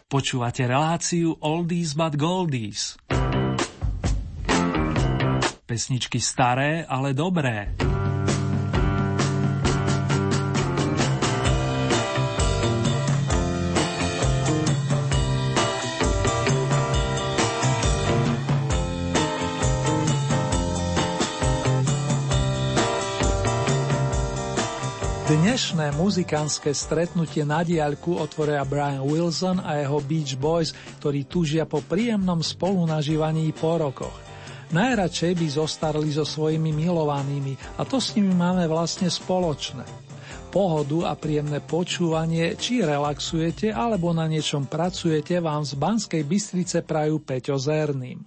Počúvate reláciu Oldies but Goldies. Pesničky staré, ale dobré. Dnešné muzikánske stretnutie na diaľku otvoria Brian Wilson a jeho Beach Boys, ktorí túžia po príjemnom spolunažívaní po rokoch. Najradšej by zostarli so svojimi milovanými a to s nimi máme vlastne spoločné. Pohodu a príjemné počúvanie, či relaxujete alebo na niečom pracujete, vám z Banskej Bystrice prajú Peťo Zerným.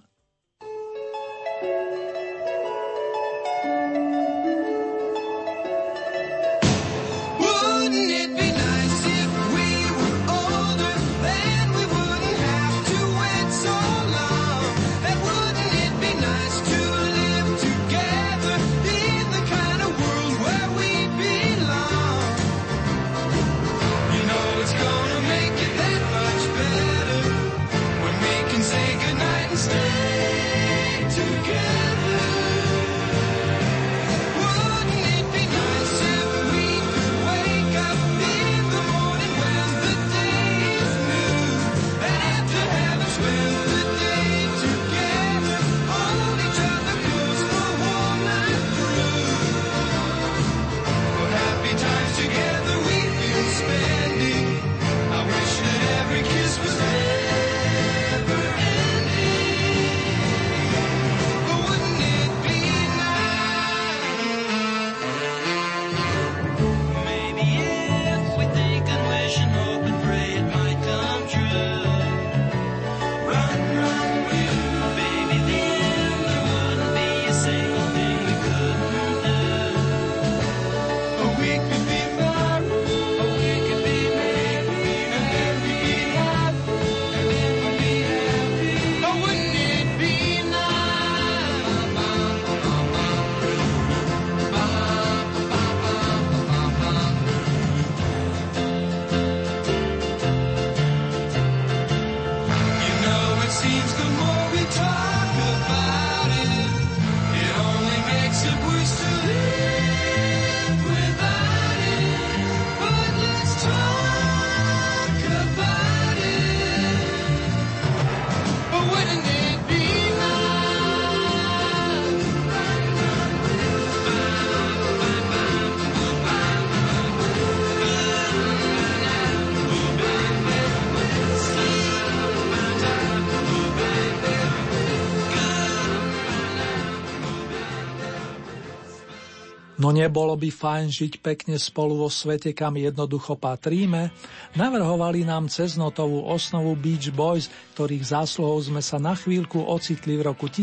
No nebolo by fajn žiť pekne spolu vo svete, kam jednoducho patríme? Navrhovali nám cez notovú osnovu Beach Boys, ktorých zásluhou sme sa na chvíľku ocitli v roku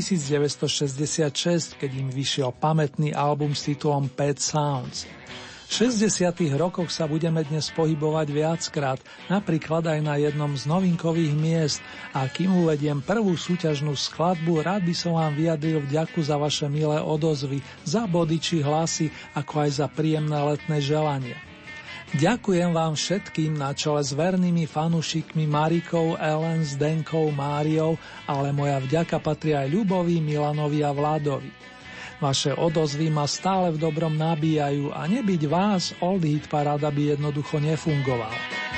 1966, keď im vyšiel pamätný album s titulom Pet Sounds. V 60. rokoch sa budeme dnes pohybovať viackrát, napríklad aj na jednom z novinkových miest. A kým uvediem prvú súťažnú skladbu, rád by som vám vyjadril vďaku za vaše milé odozvy, za body či hlasy, ako aj za príjemné letné želania. Ďakujem vám všetkým na čele s vernými fanúšikmi Marikou, Ellen, Zdenkou, Máriou, ale moja vďaka patrí aj Ľubovi, Milanovi a Vladovi. Vaše odozvy ma stále v dobrom nabíjajú a nebyť vás, Old Hit Paráda by jednoducho nefungoval.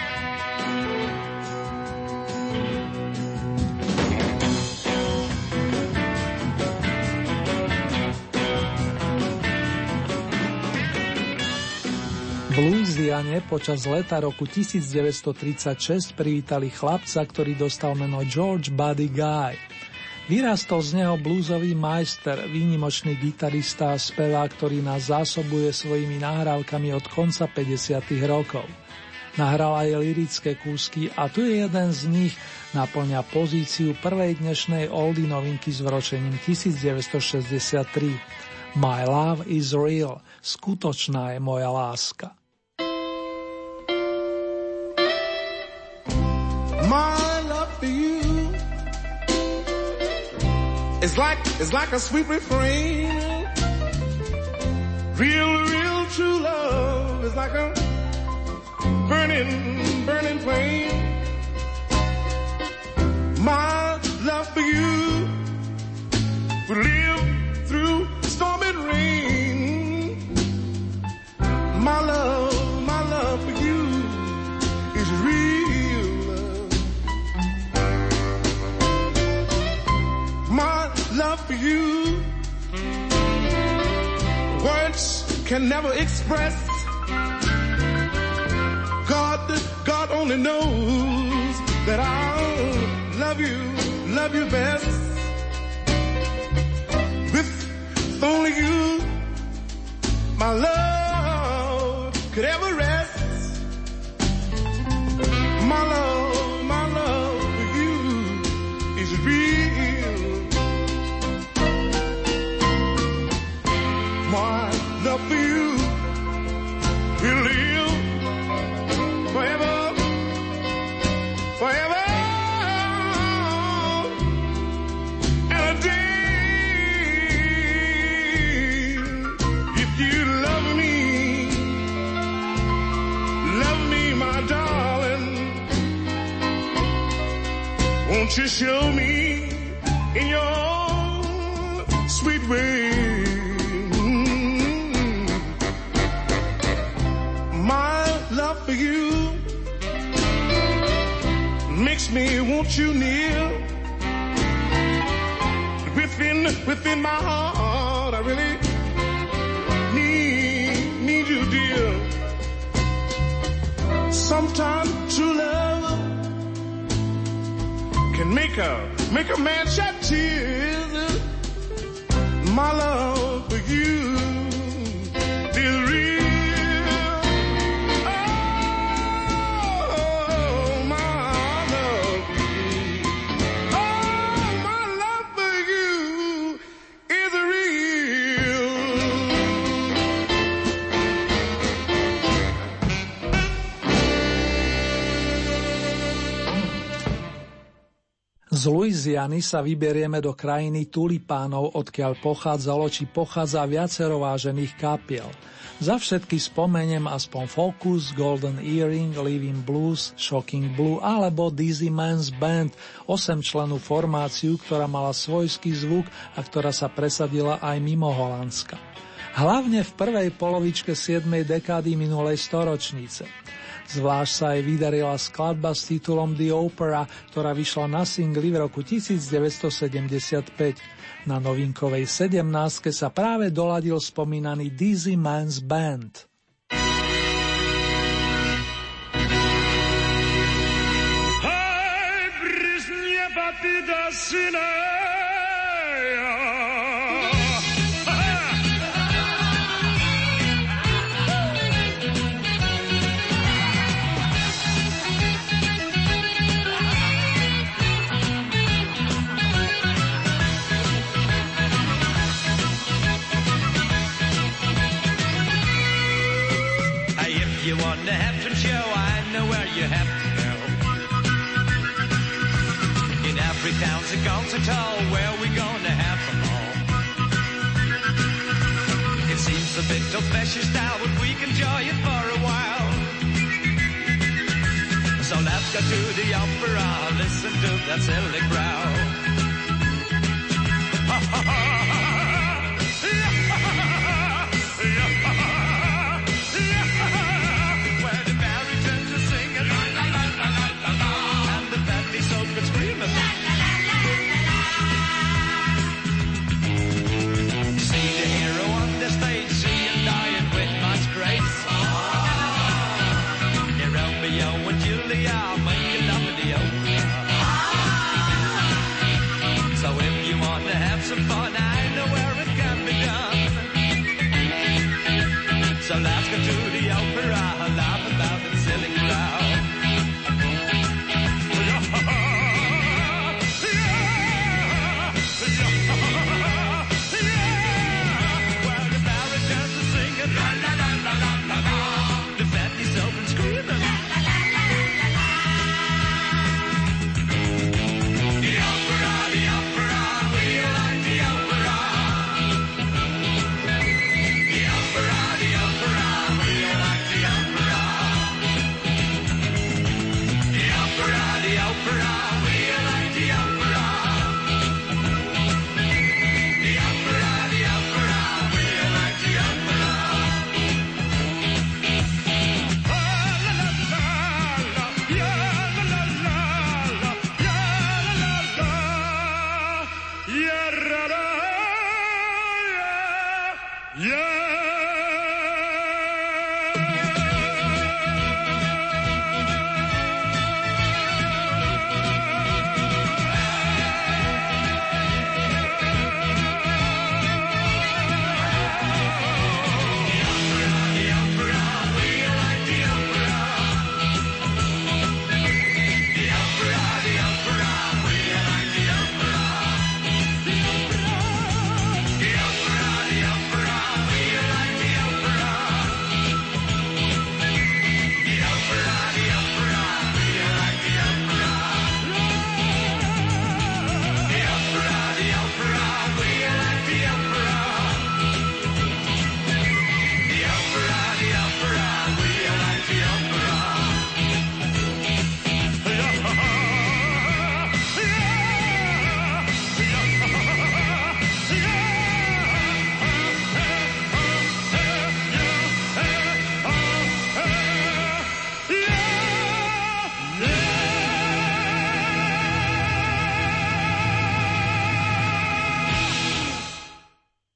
V Louisiane počas leta roku 1936 privítali chlapca, ktorý dostal meno George Buddy Guy. Vyrastol z neho bluesový majster, výnimočný gitarista a spevák, ktorý nás zásobuje svojimi nahrávkami od konca 50. rokov. Nahral aj lirické kúsky a tu je jeden z nich, naplňa pozíciu prvej dnešnej oldie novinky s vročením 1963. My love is real, skutočná je moja láska. My love for you It's like a sweet refrain. Real true love is like a burning flame. My love for you will live through storm and rain. My love for you is real love. My love for you, words can never express. God only knows that I'll love you best. With only you, my love could ever rest. My love for you is real. My love for you will live forever, forever. And a day, if you love me, my darling, won't you show me in your sweet way? My love for you makes me want you near. Within my heart, I really need you, dear. Sometimes true love can make a man shed tears. My love for you is real. Z Louisiany sa vyberieme do krajiny tulipánov, odkiaľ pochádzalo či pochádza viacero vážených kapiel. Za všetky spomeniem aspoň Focus, Golden Earring, Living Blues, Shocking Blue alebo Dizzy Man's Band, 8-člennú formáciu, ktorá mala svojský zvuk a ktorá sa presadila aj mimo Holandska. Hlavne v prvej polovičke 7. dekády minulej storočnice. Zvlášť sa aj vydarila skladba s titulom The Opera, ktorá vyšla na singli v roku 1975. Na novinkovej 17. sa práve doladil spomínaný Dizzy Man's Band. You want to have some show, I know where you have to go. In every town's a concert hall where we gonna have them all. It seems a bit old-fashioned style, but we can enjoy it for a while. So let's go to the opera, listen to that silly crowd. Some fun, I know where it can be done. So let's go to the opera, laugh about the silly crowd. Well, the baritons are singing, la la la la la la la. The fatties open screaming, la la la la la la. The opera, the opera. The opera, we like the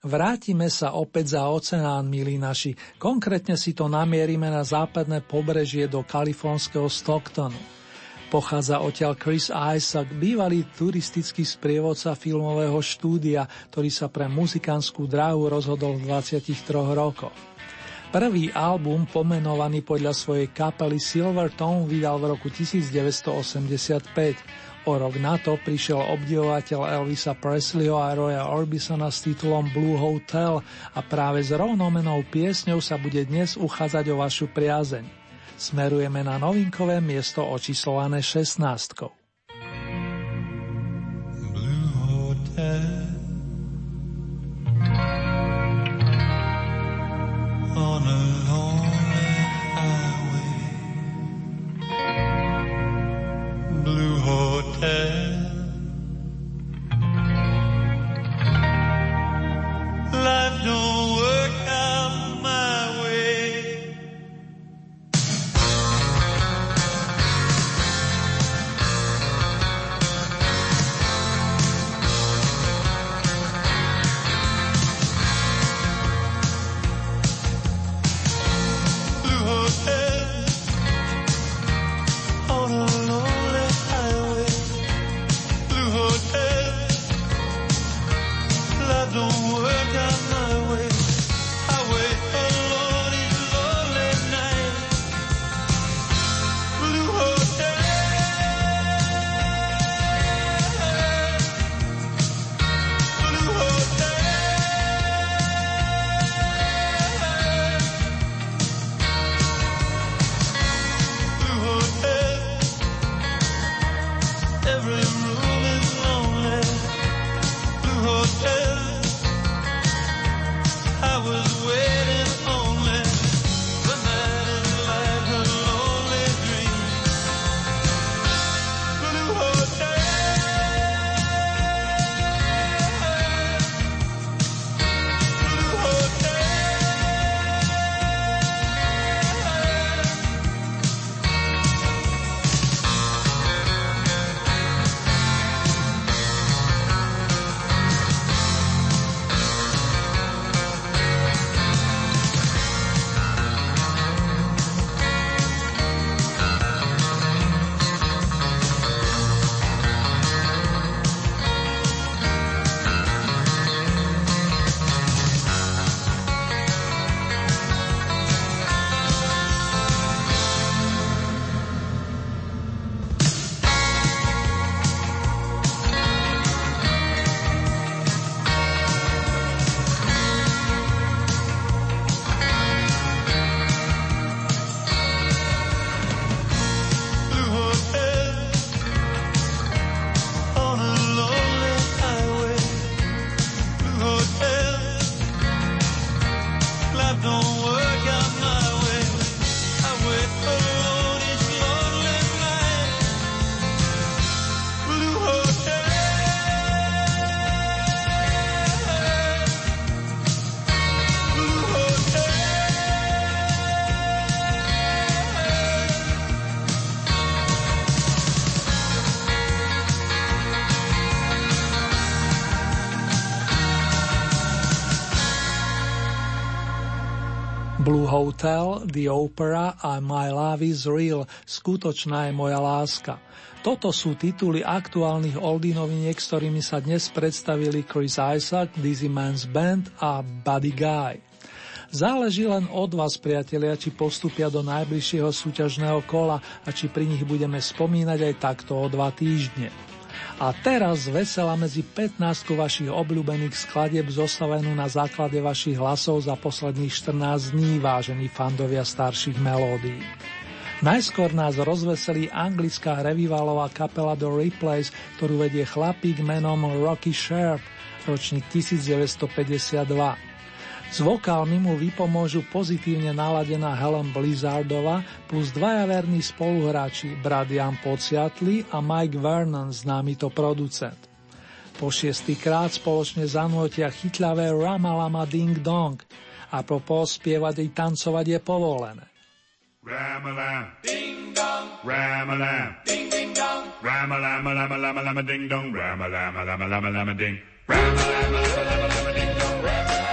Vrátime sa opäť za oceán, milí naši. Konkrétne si to namierime na západné pobrežie do kalifornského Stocktonu. Pochádza odtiaľ Chris Isaak, bývalý turistický sprievodca filmového štúdia, ktorý sa pre muzikantskú dráhu rozhodol v 23 rokoch. Prvý album, pomenovaný podľa svojej kapely Silvertone, vydal v roku 1985. O rok na to prišiel obdivovateľ Elvisa Presleyho a Roya Orbisona s titulom Blue Hotel a práve s rovnomennou piesňou sa bude dnes uchádzať o vašu priazeň. Smerujeme na novinkové miesto očíslované 16. Blue Hotel on a lonely highway. Blue Hotel, life don't work out my way. Blue Hotel on a lonely highway. Blue Hotel, life don't work out my way. I wait alone each lonely night. Blue Hotel, Blue Hotel, Blue Hotel. Every room is lonely. Blue Hotel, I was waiting only. The night is like a lonely dream. Blue Hotel, Blue Hotel. Blue Hotel on a lonely highway. Blue Hotel, life don't work out my way. I wait alone each lonely night. Blue Hotel, Blue Hotel. Blue Hotel, The Opera a My Love is Real, skutočná je moja láska. Toto sú tituly aktuálnych oldie noviniek, s ktorými sa dnes predstavili Chris Isaak, Dizzy Man's Band a Buddy Guy. Záleží len od vás, priatelia, či postupia do najbližšieho súťažného kola a či pri nich budeme spomínať aj takto o 2 týždne. A teraz vesela medzi 15 vašich obľúbených skladieb zostavenú na základe vašich hlasov za posledných 14 dní, vážení fandovia starších melódií. Najskôr nás rozveselí anglická revivalová kapela The Replays, ktorú vedie chlapík menom Rocky Sharp, ročník 1952. S vokálmi mu vypomôžu pozitívne naladená Helen Blizzardová plus dvaja verní spoluhráči brat Jan Podsiatly a Mike Vernon, známy to producent. Po 6. krát spoločne zanútia chytľavé Ramalama Ding Dong a propos spievať i tancovať je povolené. Ramalam, ding dong, Ramalam, ding ding dong, Ramalama lama lama lama ding dong, Ramalama lama lama lama ding, Ramalama lama lama ding dong, Ramalama.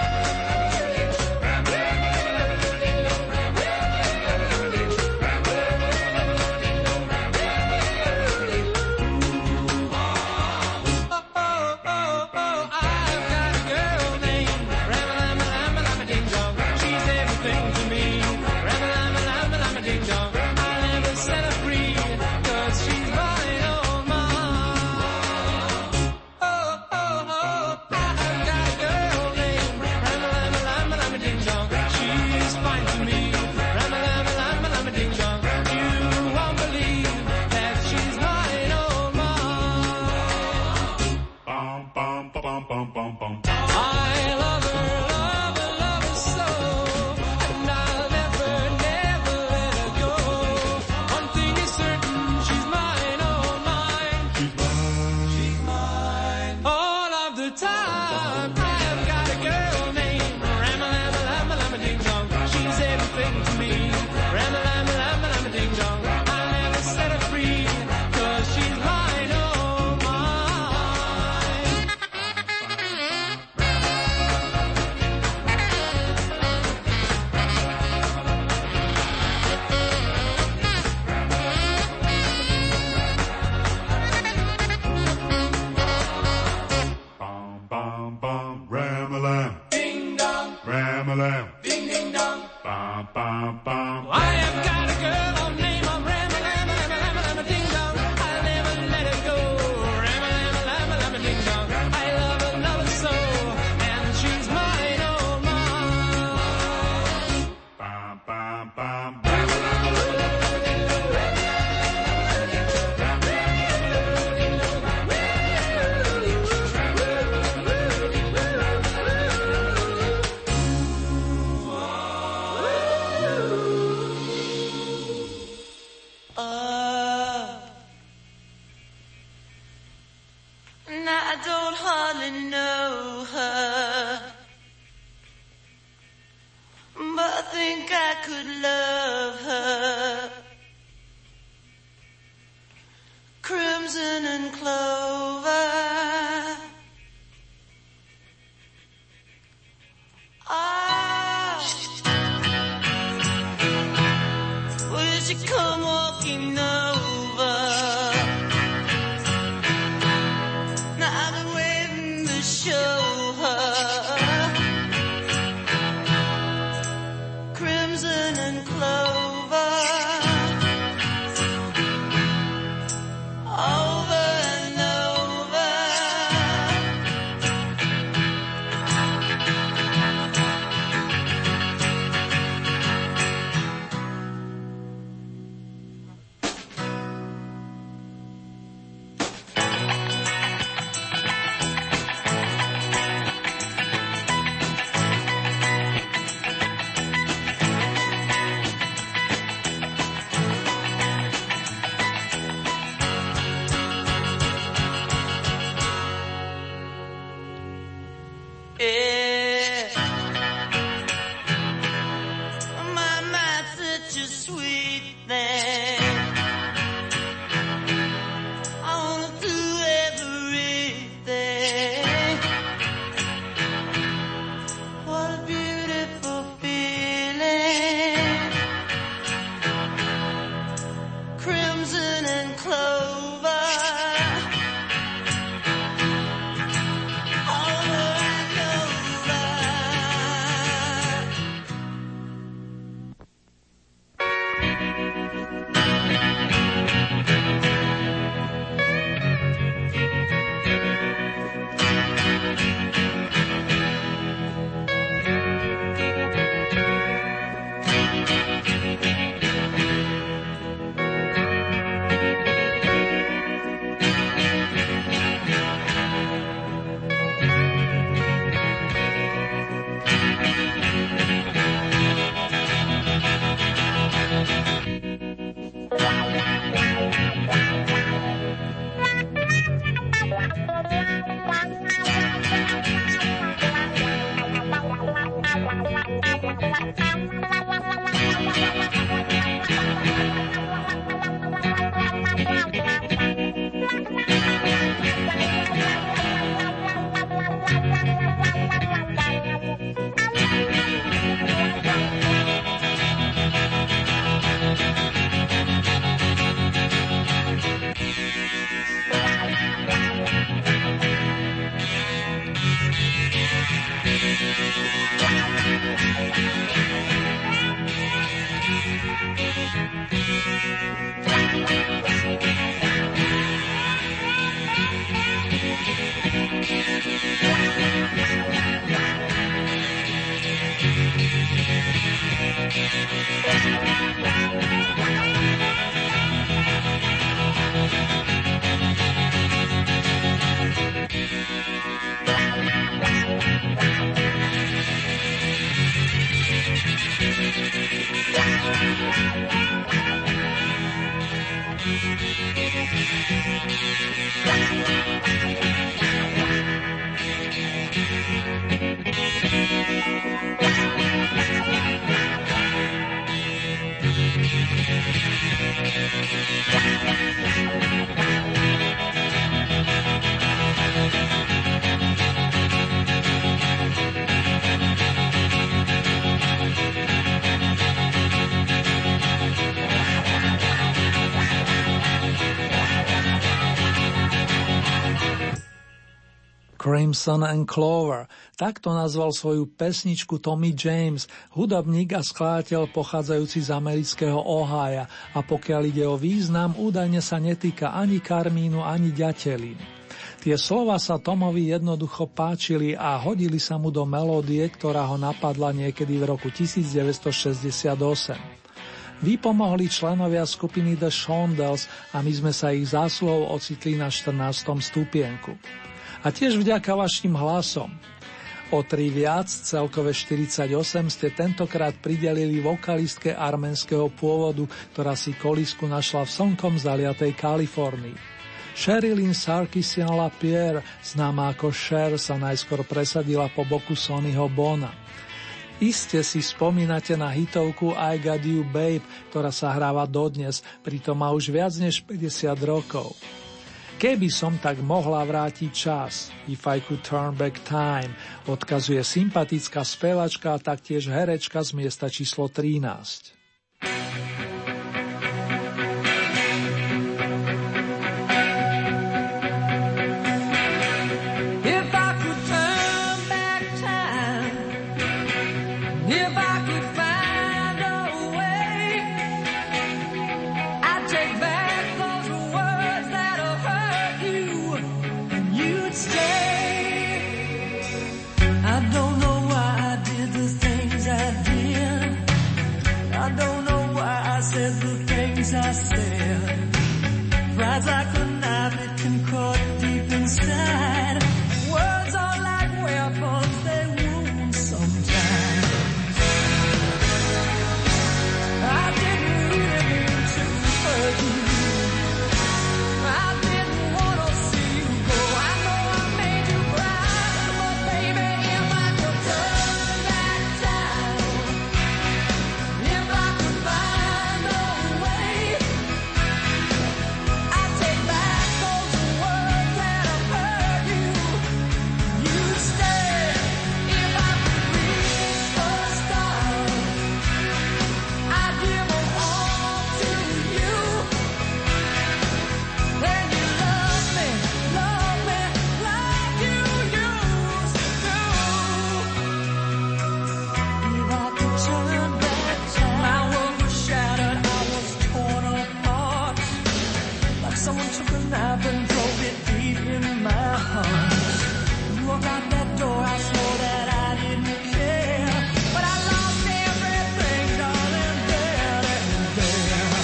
I don't hardly know her, but I think I could love her. Crimson and clover, will she come walking over? Now I've been waiting to show her. Crimson and clover, over and over. Yeah. My, such a sweet thing. I wanna do everything. What a beautiful feeling. Crimson and clover. Crimson and Clover, takto nazval svoju pesničku Tommy James, hudobník a skladateľ pochádzajúci z amerického Ohája, a pokiaľ ide o význam, údajne sa netýka ani karmínu, ani ďatelín. Tie slova sa Tomovi jednoducho páčili a hodili sa mu do melódie, ktorá ho napadla niekedy v roku 1968. Vypomohli členovia skupiny The Shondells a my sme sa ich zásluhou ocitli na 14. stupienku. A tiež vďaka vašim hlasom. O 3 viac, celkové 48, ste tentokrát pridelili vokalistke arménskeho pôvodu, ktorá si kolísku našla v slnkom zaliatej Kalifornii. Sherilyn Sarkisian-LaPierre, známa ako Cher, sa najskôr presadila po boku Sonnyho Bona. Iste si spomínate na hitovku I Got You Babe, ktorá sa hráva dodnes, pritom má už viac než 50 rokov. Keby som tak mohla vrátiť čas, If I Could Turn Back Time, odkazuje sympatická spevačka a taktiež herečka z miesta číslo 13. I said, rides like a knife, it can cut deep inside. Words are like weapons, they wound sometimes. I didn't really mean to hurt you. I didn't want to see you go. I know I made you cry, but baby, if I could turn back time, if I could find a way, I'd take back those words that have hurt you. You'd stay if I could reach the stars. I'd give them all to you. Then you love me like you used to. If I could turn back time, my world was shattered, I was torn apart. Like someone took a knife and drove it deep in my heart. You walked out that door, I swore that I didn't care, but I lost everything, darling, there and there.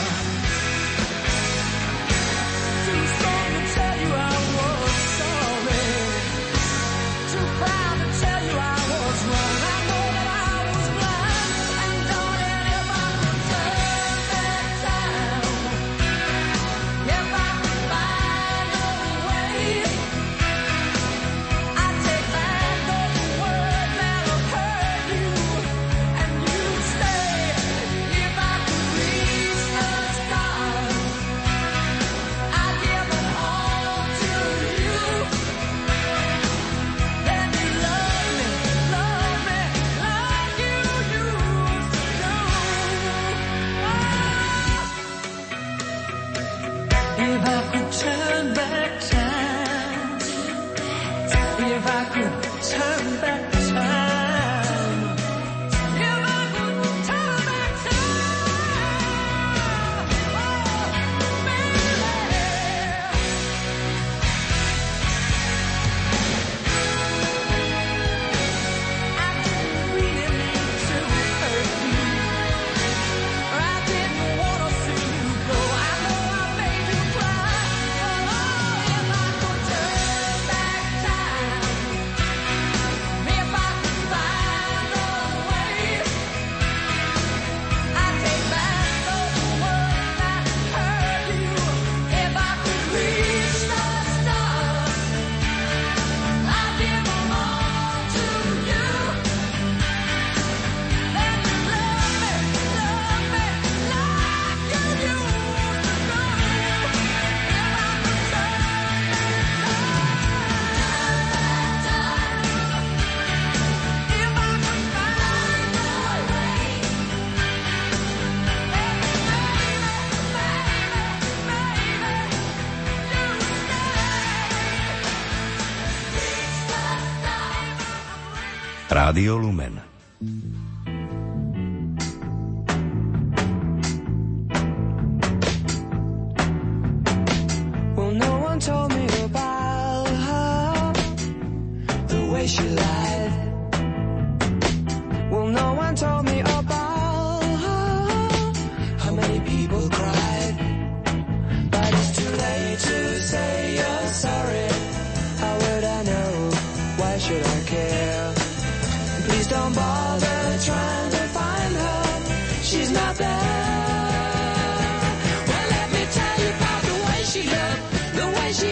Too strong to tell you I was sorry, too proud to tell you I was wrong. I know that I was blind, and darling, if I could turn back time, if I could find a way, I'd take back those words that have hurt you, and you'd stay if I could reach the stars. I'd give it all to you. Then you love me like you used to do. If I could turn back time, if I could turn back time, if I could turn back time, oh, baby. I didn't really mean to hurt you, or I didn't want to see you go. I know I made you cry, oh, if I could turn back time, if I could find a way, I'd take back those words that hurt you. If I could reach the stars, I'd give them all to you. Then you love me like you used to do. If I could turn back time, if I could find a way, Rádio Lumen. Well, no one told me about her, the way she lied. Well, no one told me about her, how many people cried. But it's too late to say you're sorry. How would I know? Why should I care? Please don't bother trying to find her. She's not there. Well, let me tell you about the way she looked, the way she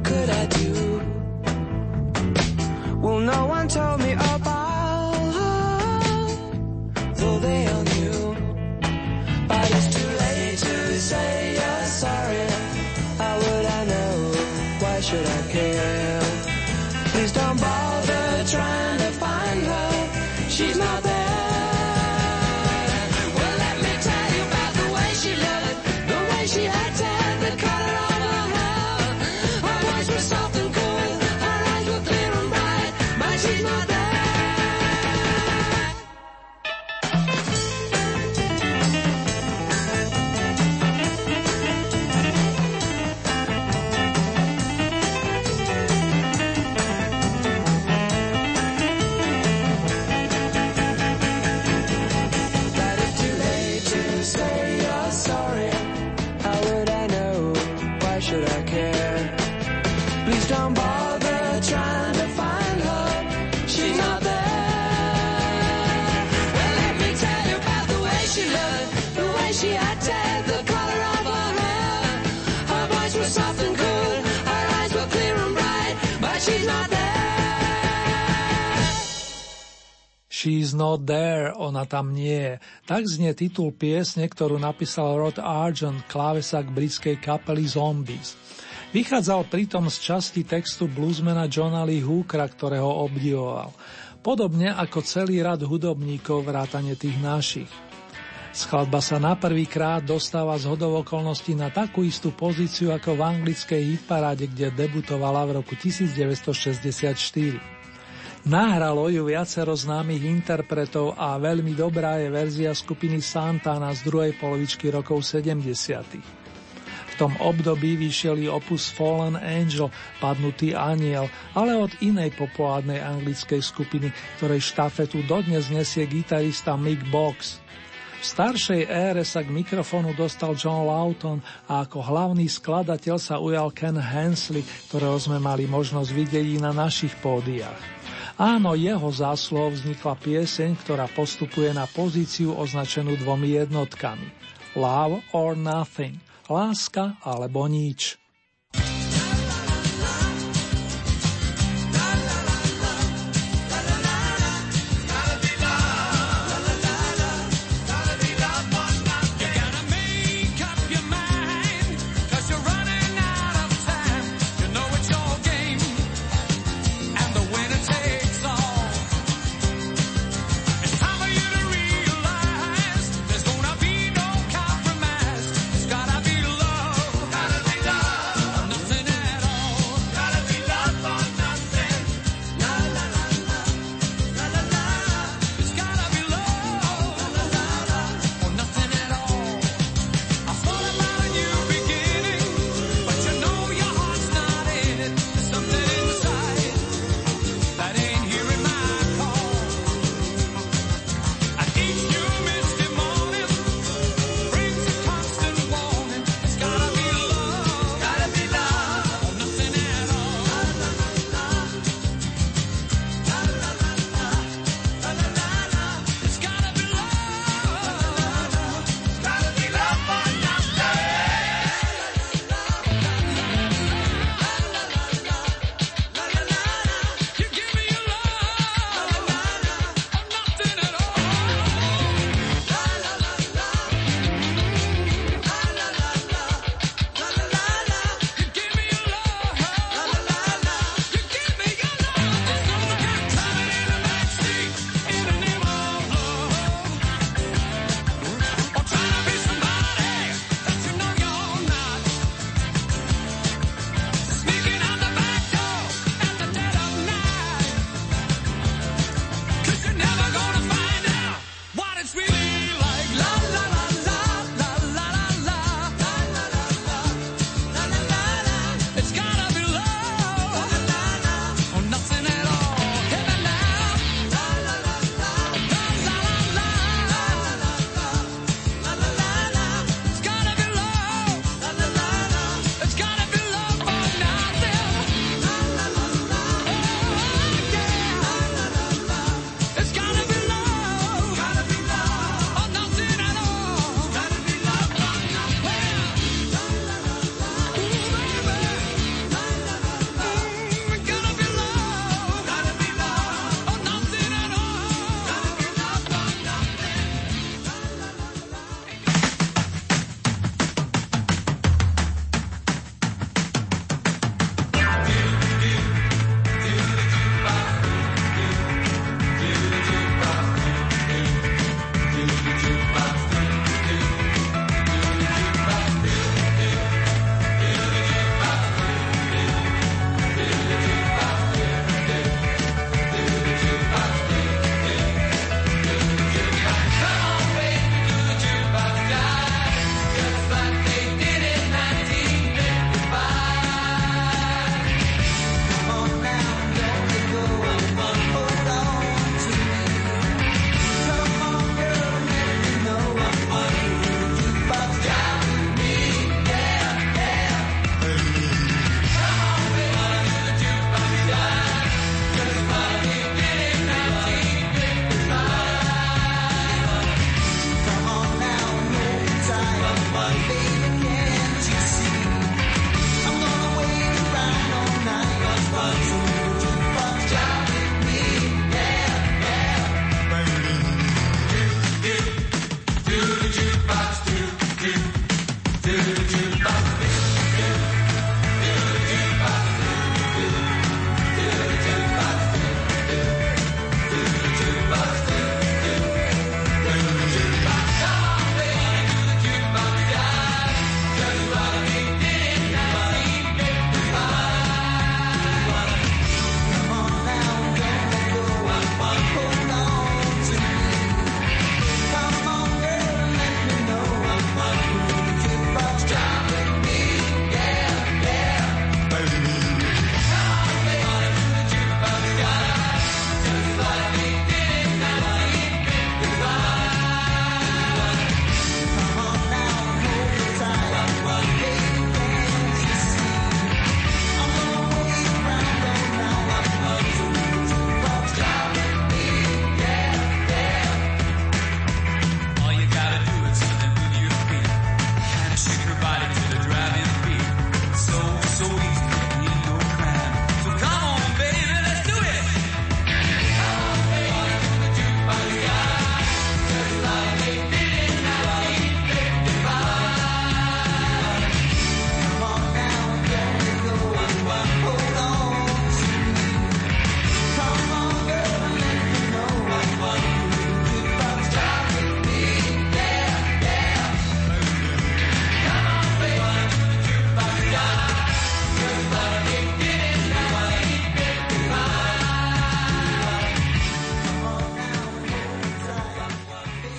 could I do? Well, no one told me about her, though they all knew. But it's too late to say you're sorry. How would I know? Why should I care? Please don't bother trying to find her. She's not there. Well, let me tell you about the way she looked, the way she had to have the color of her hair. Her voice was soft and cool, her eyes were clear and bright, but she's not there. She's not there, ona tam nie je. Tak znie titul piesne, ktorú napísal Rod Argent, klávesák britskej kapely Zombies. Vychádzal pritom z časti textu bluesmana Johna Lee Hookera, ktorého obdivoval. Podobne ako celý rad hudobníkov vrátane tých našich. Skladba sa na prvýkrát dostáva z hodou okolností na takú istú pozíciu ako v anglickej hitparáde, kde debutovala v roku 1964. Nahralo ju viacero známych interpretov a veľmi dobrá je verzia skupiny Santana z druhej polovičky rokov 70. V tom období vyšiel i opus Fallen Angel, Padnutý aniel, ale od inej populárnej anglickej skupiny, ktorej štafetu dodnes nesie gitarista Mick Box. V staršej ére sa k mikrofónu dostal John Lawton a ako hlavný skladateľ sa ujal Ken Hensley, ktorého sme mali možnosť vidieť i na našich pódiách. Áno, jeho zásluhou vznikla pieseň, ktorá postupuje na pozíciu označenú 2 jednotkami. Love or nothing, láska alebo nič. Gotta be love.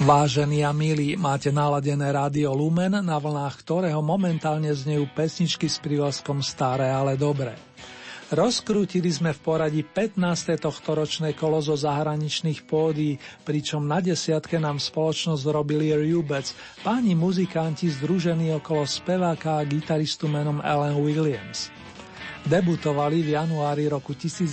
Vážení a milí, máte naladené rádio Lumen, na vlnách ktorého momentálne znejú pesničky s prívlaskom Staré, ale dobré. Rozkrútili sme v poradí 15. tohtoročné kolo zo zahraničných pódií, pričom na desiatke nám spoločnosť robili Rubec, páni muzikanti združení okolo speváka a gitaristu menom Alan Williams. Debutovali v januári roku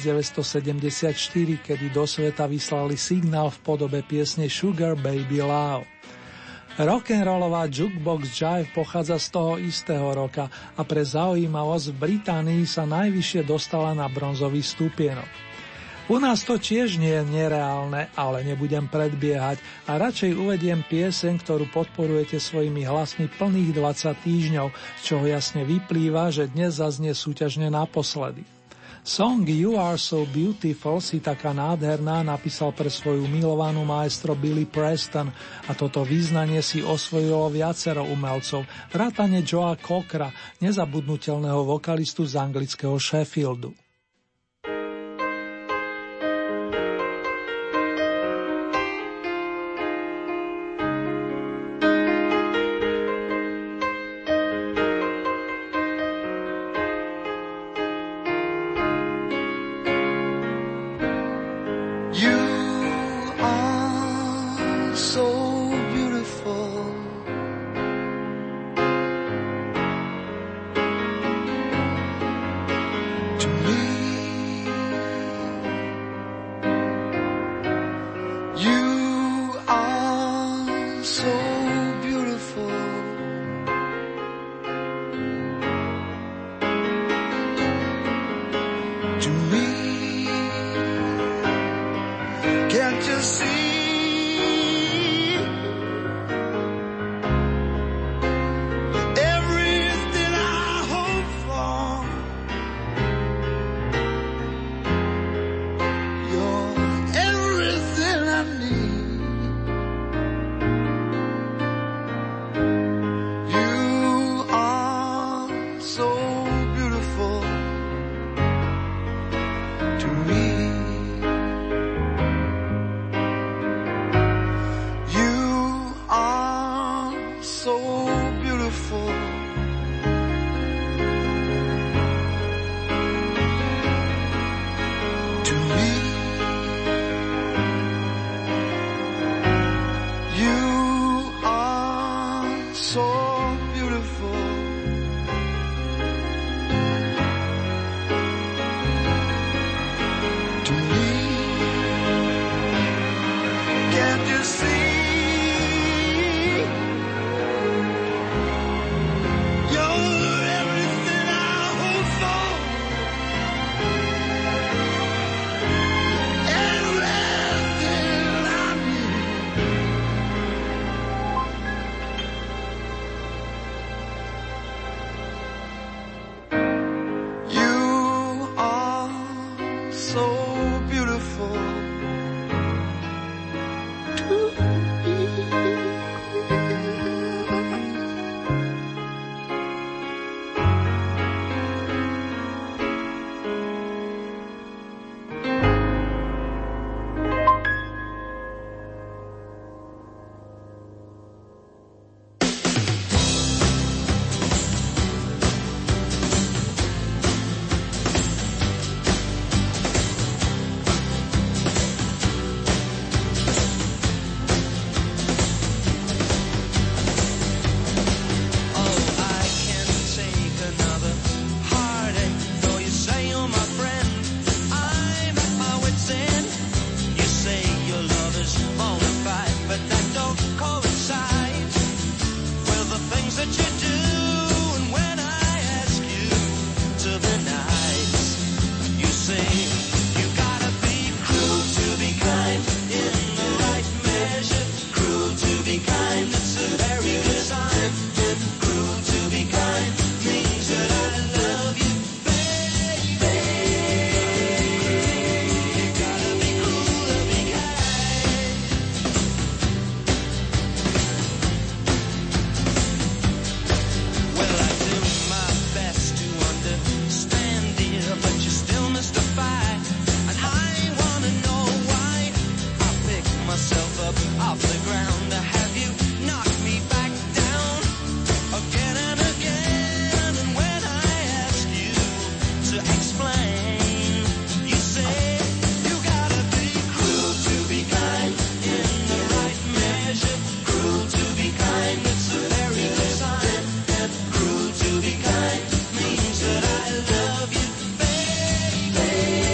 1974, kedy do sveta vyslali signál v podobe piesne Sugar Baby Love. Rock'n'rollová jukebox Jive pochádza z toho istého roka a pre zaujímavosť v Británii sa najvyššie dostala na bronzový stupienok. U nás to tiež nie je nereálne, ale nebudem predbiehať a radšej uvediem pieseň, ktorú podporujete svojimi hlasmi plných 20 týždňov, z čoho jasne vyplýva, že dnes zaznie súťažne naposledy. Song You Are So Beautiful si taká nádherná napísal pre svoju milovanú maestro Billy Preston a toto význanie si osvojilo viacero umelcov, vrátane Joea Cockera, nezabudnutelného vokalistu z anglického Sheffieldu. So beautiful. up off the ground? Have you knocked me back down again and again? And when I ask you to explain, you say you gotta be cruel to be kind, in the right measure. Cruel to be kind, it's a very good sign. Cruel to be kind means that I love you, baby.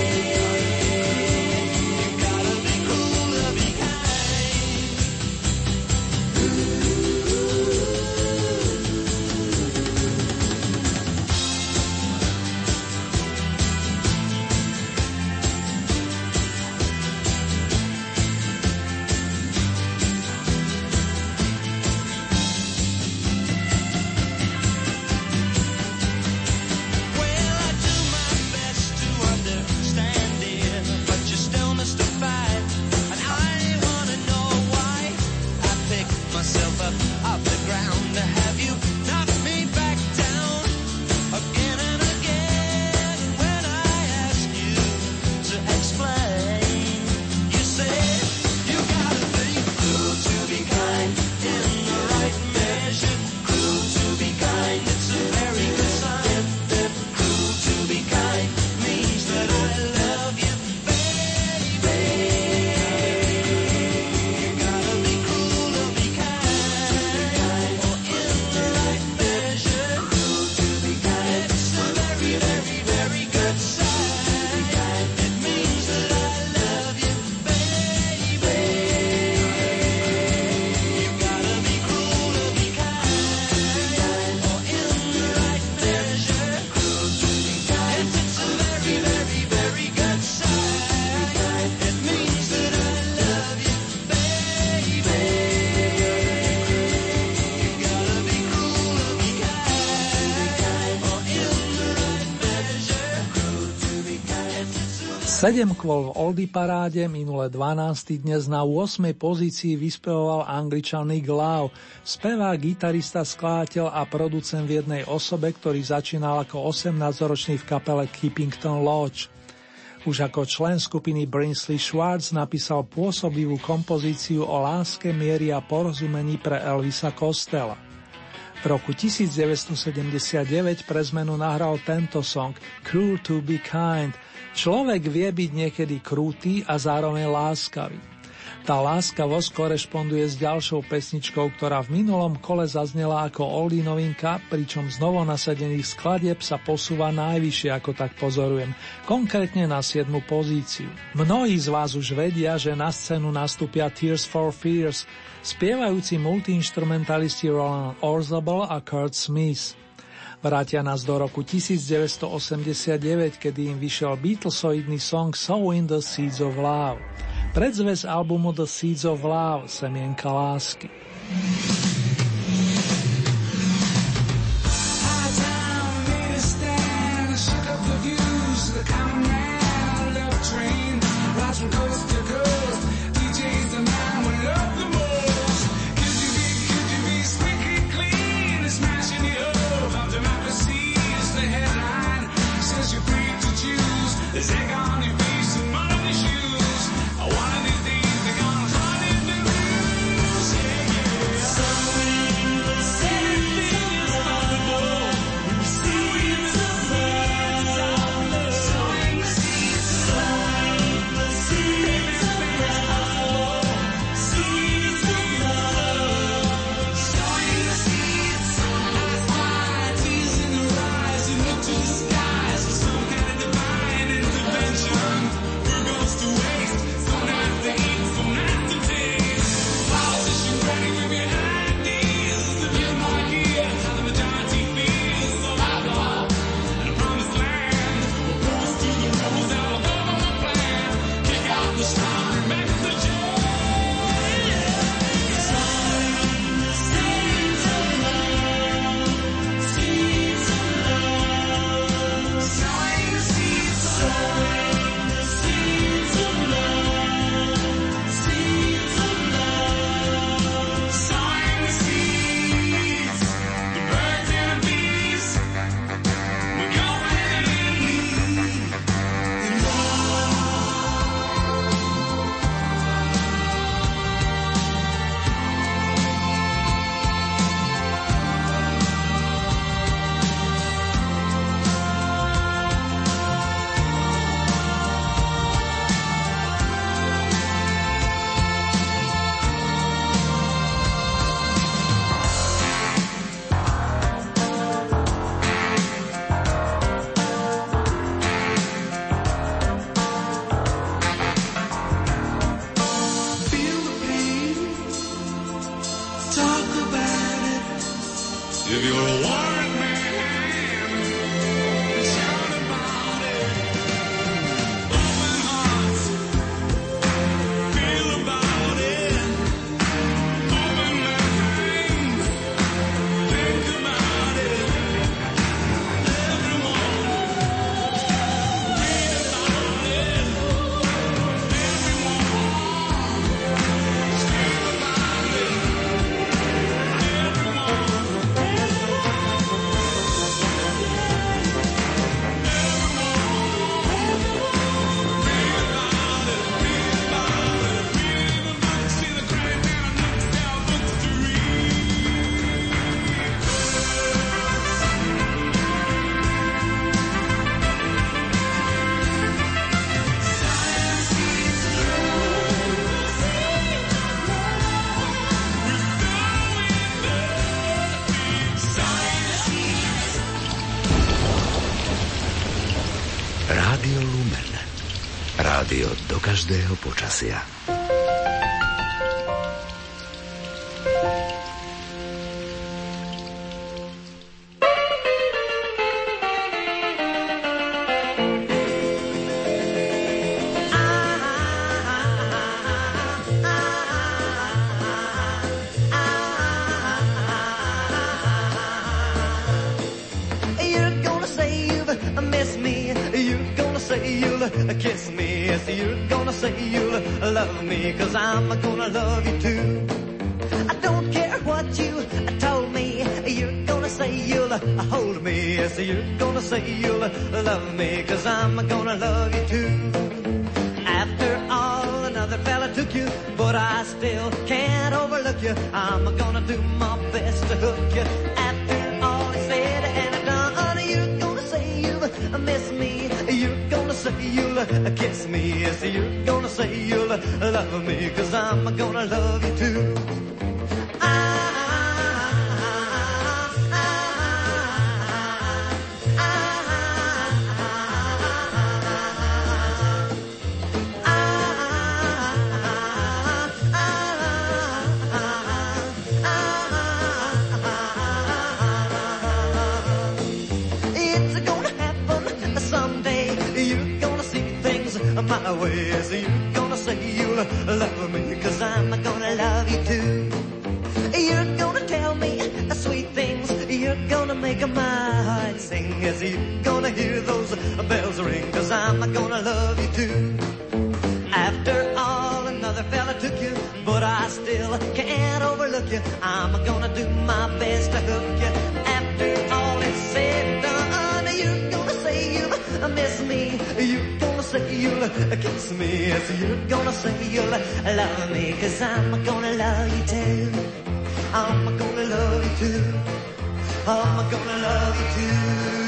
You gotta be cruel to be kind. Well, I do my best to understand it, but you're still mystified, and I wanna know why I pick myself up off the ground. Have you knocked me back down again and again? And when I ask you to explain, you say you gotta be cruel to be kind, in the right measure. Cruel to be kind, it's a very good sign. Cruel to be kind means that I love you, baby. You gotta be cruel to be kind, or in the right measure. Cruel to be kind, it's a very, very, very good sign. It means that I love you, baby. You gotta be cruel to be kind, or in the right measure. Cruel to be kind, it's a very, very, very good sign. It means that I love you, baby. You gotta be cruel to be kind, or in the right measure. Cruel to be kind, it's a 7 kôl v Oldie paráde, minule 12, dnes na 8. pozícii vyspevoval Angličan Nick Lowe, spevák, gitarista, skladateľ a producent v jednej osobe, ktorý začínal ako 18-ročný v kapele Keepington Lodge. Už ako člen skupiny Brinsley Schwartz napísal pôsobivú kompozíciu o láske, miery a porozumení pre Elvisa Costello. V roku 1979 pre zmenu nahral tento song Cruel to be kind. Človek vie byť niekedy krúty a zároveň láskavý. Tá láskavosť korešponduje s ďalšou pesničkou, ktorá v minulom kole zaznela ako oldie novinka, pričom z novonasadených skladieb sa posúva najvyššie, ako tak pozorujem, konkrétne na 7. pozíciu. Mnohí z vás už vedia, že na scénu nastúpia Tears for Fears, spievajúci multiinstrumentalisti Roland Orzabal a Kurt Smith. Vrátia nás do roku 1989, kedy im vyšiel Beatlesoidný song So in the Seeds of Love. Predzvesť albumu The Seeds of Love, Semienka lásky. One of these days they're gonna run in the news, yeah, yeah. If you're a warrant man, shout about it. Open hearts, feel about it. Open minds, think about it. Everyone, read about it. Everyone, scream about it. Rádio Lumen. Rádio do každého počasia. You're gonna say you've missed me. You're gonna say you'll kiss me. Yes, you're gonna say you'll love me. 'Cause I'm gonna love you too. I don't care what you told me. You're gonna say you'll hold me. Yes, you're gonna say you'll love me. 'Cause I'm gonna love you too. After all, another fella took you, but I still can't overlook you. I'm gonna do my best to hook you. After all is said and done, you're gonna say you've missed me. You're gonna say you'll kiss me. Yes, you're gonna say you'll love me. 'Cause I'm gonna love you too. It's gonna happen someday. You're gonna see things my way. So you're gonna say you'll love me. 'Cause I'm gonna love you too. You're gonna tell me sweet things. You're gonna make my heart sing. Yes, you're gonna hear those bells ring. 'Cause I'm gonna love you too. After all, another fella took you, but I still can't overlook you. I'm gonna do my best to hook you. After all is said and done, you're gonna say you'll miss me. You're gonna say you'll kiss me. Yes, you're gonna say you'll love me. 'Cause I'm gonna love you too. I'm gonna love you too. I'm gonna love you too.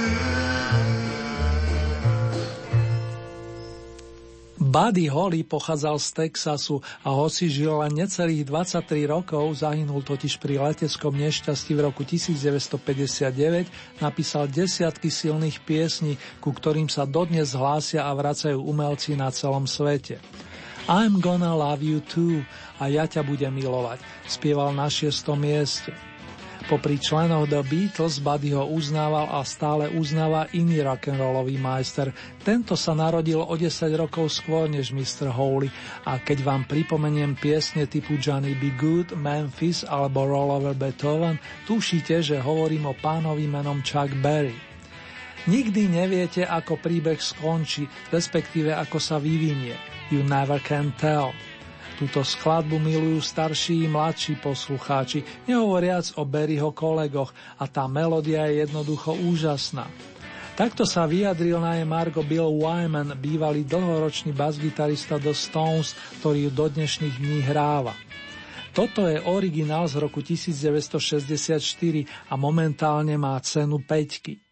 Buddy Holly pochádzal z Texasu a hoci žil len necelých 23 rokov, zahynul totiž pri leteckom nešťastí v roku 1959, napísal desiatky silných piesní, ku ktorým sa dodnes hlásia a vracajú umelci na celom svete. I'm gonna love you too a ja ťa budem milovať, spieval na 6. mieste. Popri členoch The Beatles Buddy ho uznával a stále uznáva iný rock'n'rollový majster. Tento sa narodil o 10 rokov skôr než Mr. Howley a keď vám pripomeniem piesne typu Johnny B. Good, Memphis alebo Roll Over Beethoven, tušíte, že hovorím o pánovi menom Chuck Berry. Nikdy neviete, ako príbeh skončí, respektíve ako sa vyvinie. You never can tell. Túto skladbu milujú starší i mladší poslucháči, nehovoriac o Berryho kolegoch a tá melódia je jednoducho úžasná. Takto sa vyjadril na jej margo Bill Wyman, bývalý dlhoročný basgitarista The Stones, ktorý ju do dnešných dní hráva. Toto je originál z roku 1964 a momentálne má cenu 5.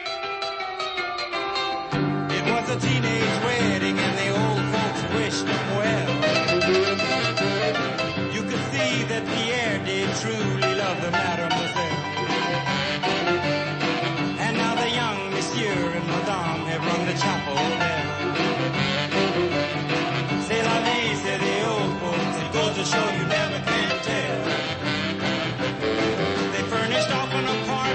It was a teenage wedding and the old folks wished them well. You could see that Pierre did truly love the mademoiselle. And now the young monsieur and madame have rung the chapel bell. C'est la vie, say the old folks, it goes to show you never can tell. They furnished off an apartment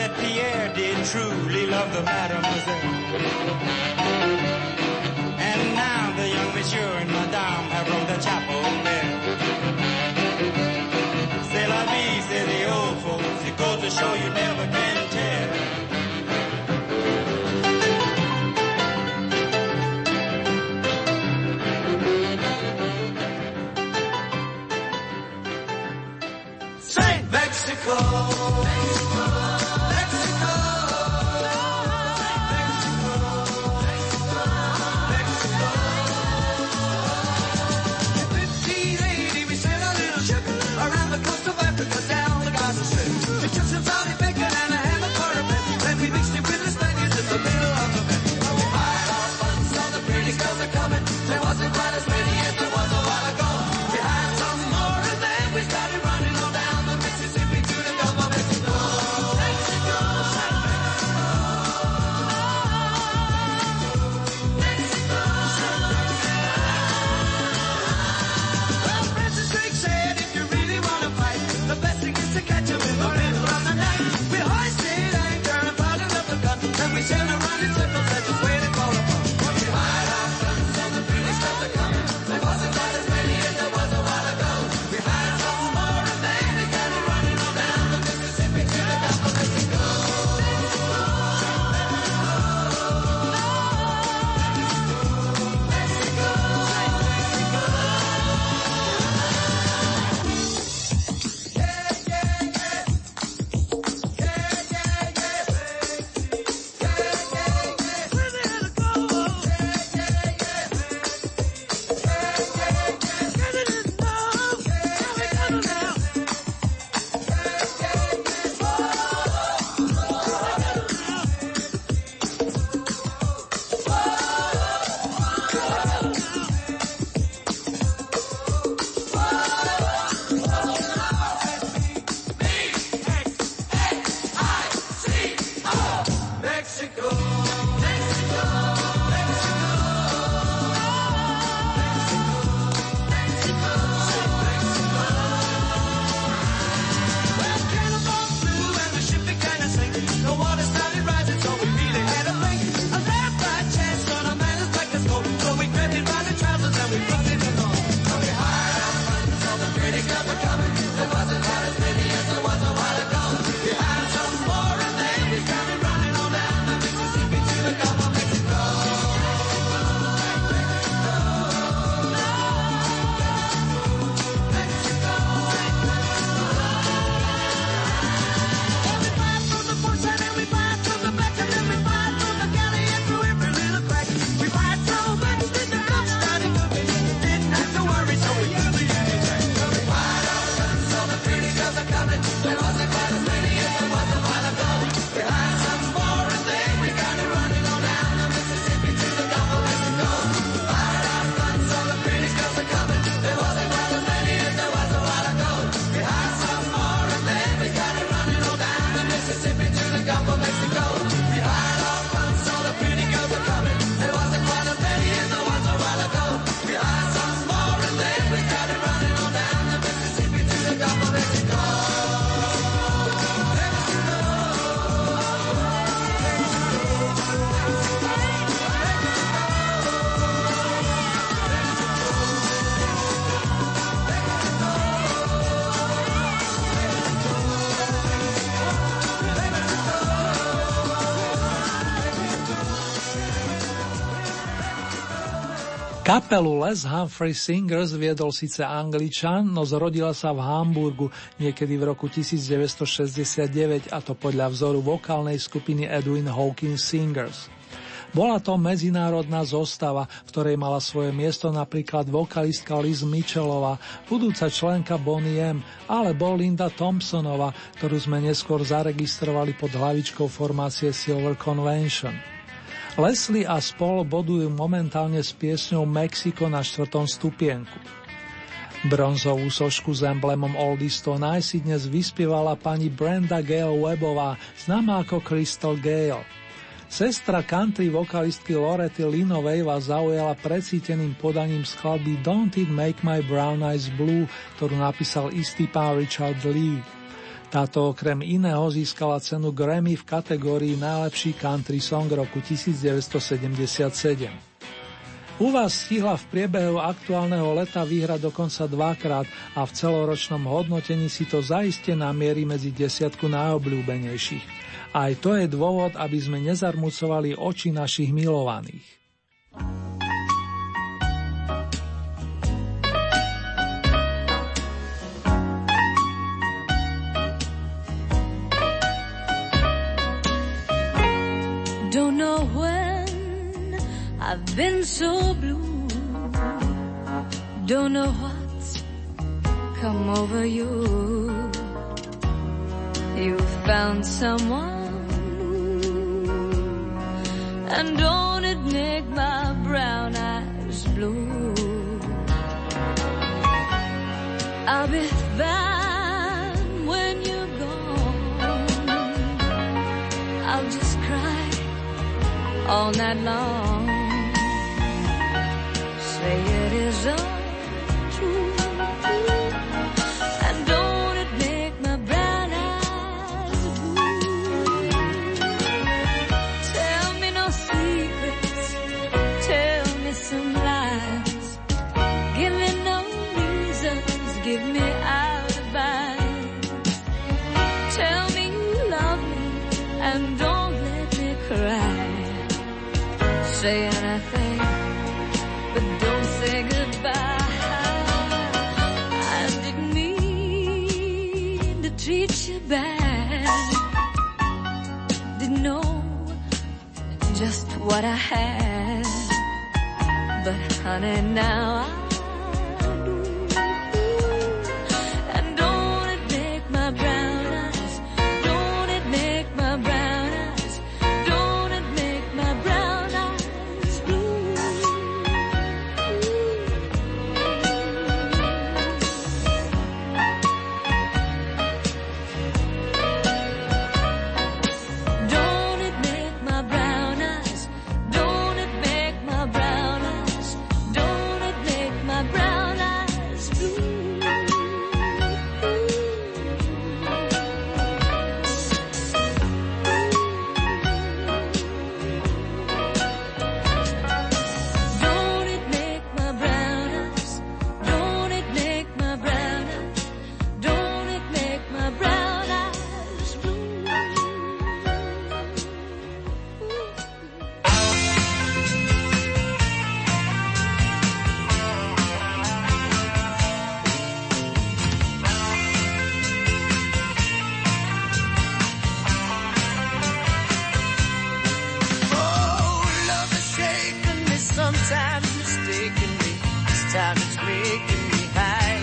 that Pierre did truly love the mademoiselle. And now the young monsieur and madame have rung the chapel bell. C'est la vie, say the old folks. It goes to show you never can tell. Say Mexico, Mexico, Mexico, Mexico, Mexico, Mexico. In 1580 we sailed a little ship around the coast of Africa down the Gaza Strip. We took some Saudi bacon and a ham and quarter pet, then we mixed it with the Spaniards in the middle of the bed. We hired our funds, so the pretty girls are coming. There wasn't quite as many as there was a while ago. We hired some more and then we started running on down the Mississippi to the Gulf of Mexico. Mexico, Mexico, well, Francis Drake said if you really want to fight, the best thing is to catch 'em in the middle of the night. We hoisted anchor and fired up the gun, and we sailed around in circles and just waited for a bump. We hired our guns, so the British guns are coming. There wasn't quite as many as there was a while ago. We hired some more and then we started running on down the Mississippi to the Gulf of Mexico. Mexico, Mexico, Mexico, Mexico. Well, cannonballs flew and the ship began to sink. The water started rising, so we really had a blink. A left by chance on a man as black as gold. So we grabbed it by the trousers and we brought it along. So we hired our friends, so the pretty girls were coming. There wasn't quite as many as there was a while ago. We hired some more and then we started running on down the Mississippi to the Gulf of Mexico. We fired from the port side and we fired from the back and then we fired from the galley and through every little crack. We fired so much that the cook started cooking. Didn't have to worry, so we knew the Union Jack. We fired our guns, so the pretty girls are coming. There wasn't quite as many as there was a while ago. We hired some more and then we got it running on down the Mississippi to the Gulf of Mexico. Fired our guns, so the pretty girls are coming. There wasn't quite as many as there was a while ago. We hired some more and then we got it running on down the Mississippi to the Gulf of Mexico. We hired our guns, so the pretty girls are coming. There wasn't quite as many as there was a while ago. We hired some more and then we got it running on down the Mississippi to the Gulf of Mexico. Kapelu Les Humphrey Singers viedol síce Angličan, no zrodila sa v Hamburgu niekedy v roku 1969, a to podľa vzoru vokálnej skupiny Edwin Hawkins Singers. Bola to medzinárodná zostava, v ktorej mala svoje miesto napríklad vokalistka Liz Mitchellová, budúca členka Bonnie M, alebo Linda Thompsonová, ktorú sme neskôr zaregistrovali pod hlavičkou formácie Silver Convention. Leslie a spol bodujú momentálne s piesňou Mexico na 4. stupienku. Bronzovú sošku s emblemom Oldies to Nice si dnes vyspievala pani Brenda Gale Webbová, známa ako Crystal Gale. Sestra country vokalistky Lorety Lynovej vás zaujala precíteným podaním skladby Don't It Make My Brown Eyes Blue, ktorú napísal istý pán Richard Lee. Táto okrem iného získala cenu Grammy v kategórii Najlepší country song roku 1977. U vás stihla v priebehu aktuálneho leta vyhrať dokonca dvakrát a v celoročnom hodnotení si to zaiste namierí medzi 10 najobľúbenejších. Aj to je dôvod, aby sme nezarmucovali oči našich milovaných. Don't know when I've been so blue. Don't know what's come over you. You found someone new, and don't it make my brown eyes blue? I'll be fine when you're gone. I'll just cry all night long. Say it is untrue, and don't it make my brown eyes blue? Tell me no secrets, tell me some lies. Give me no reasons, give me alibis. Tell me you love me, and don't let me cry. Say anything, but don't say goodbye. I didn't mean to treat you bad. Didn't know just what I had. But honey, now I do. And don't it make my brown eyes, don't it make my brown eyes, don't it make my brown eyes blue. Don't it make my brown eyes, don't it make my brown eyes, don't it make my brown eyes blue. Don't it make my brown eyes, don't it make my brown eyes, don't it make my brown eyes blue. Oh, love is shaking me, sometimes mistaken me. This time it's making me high.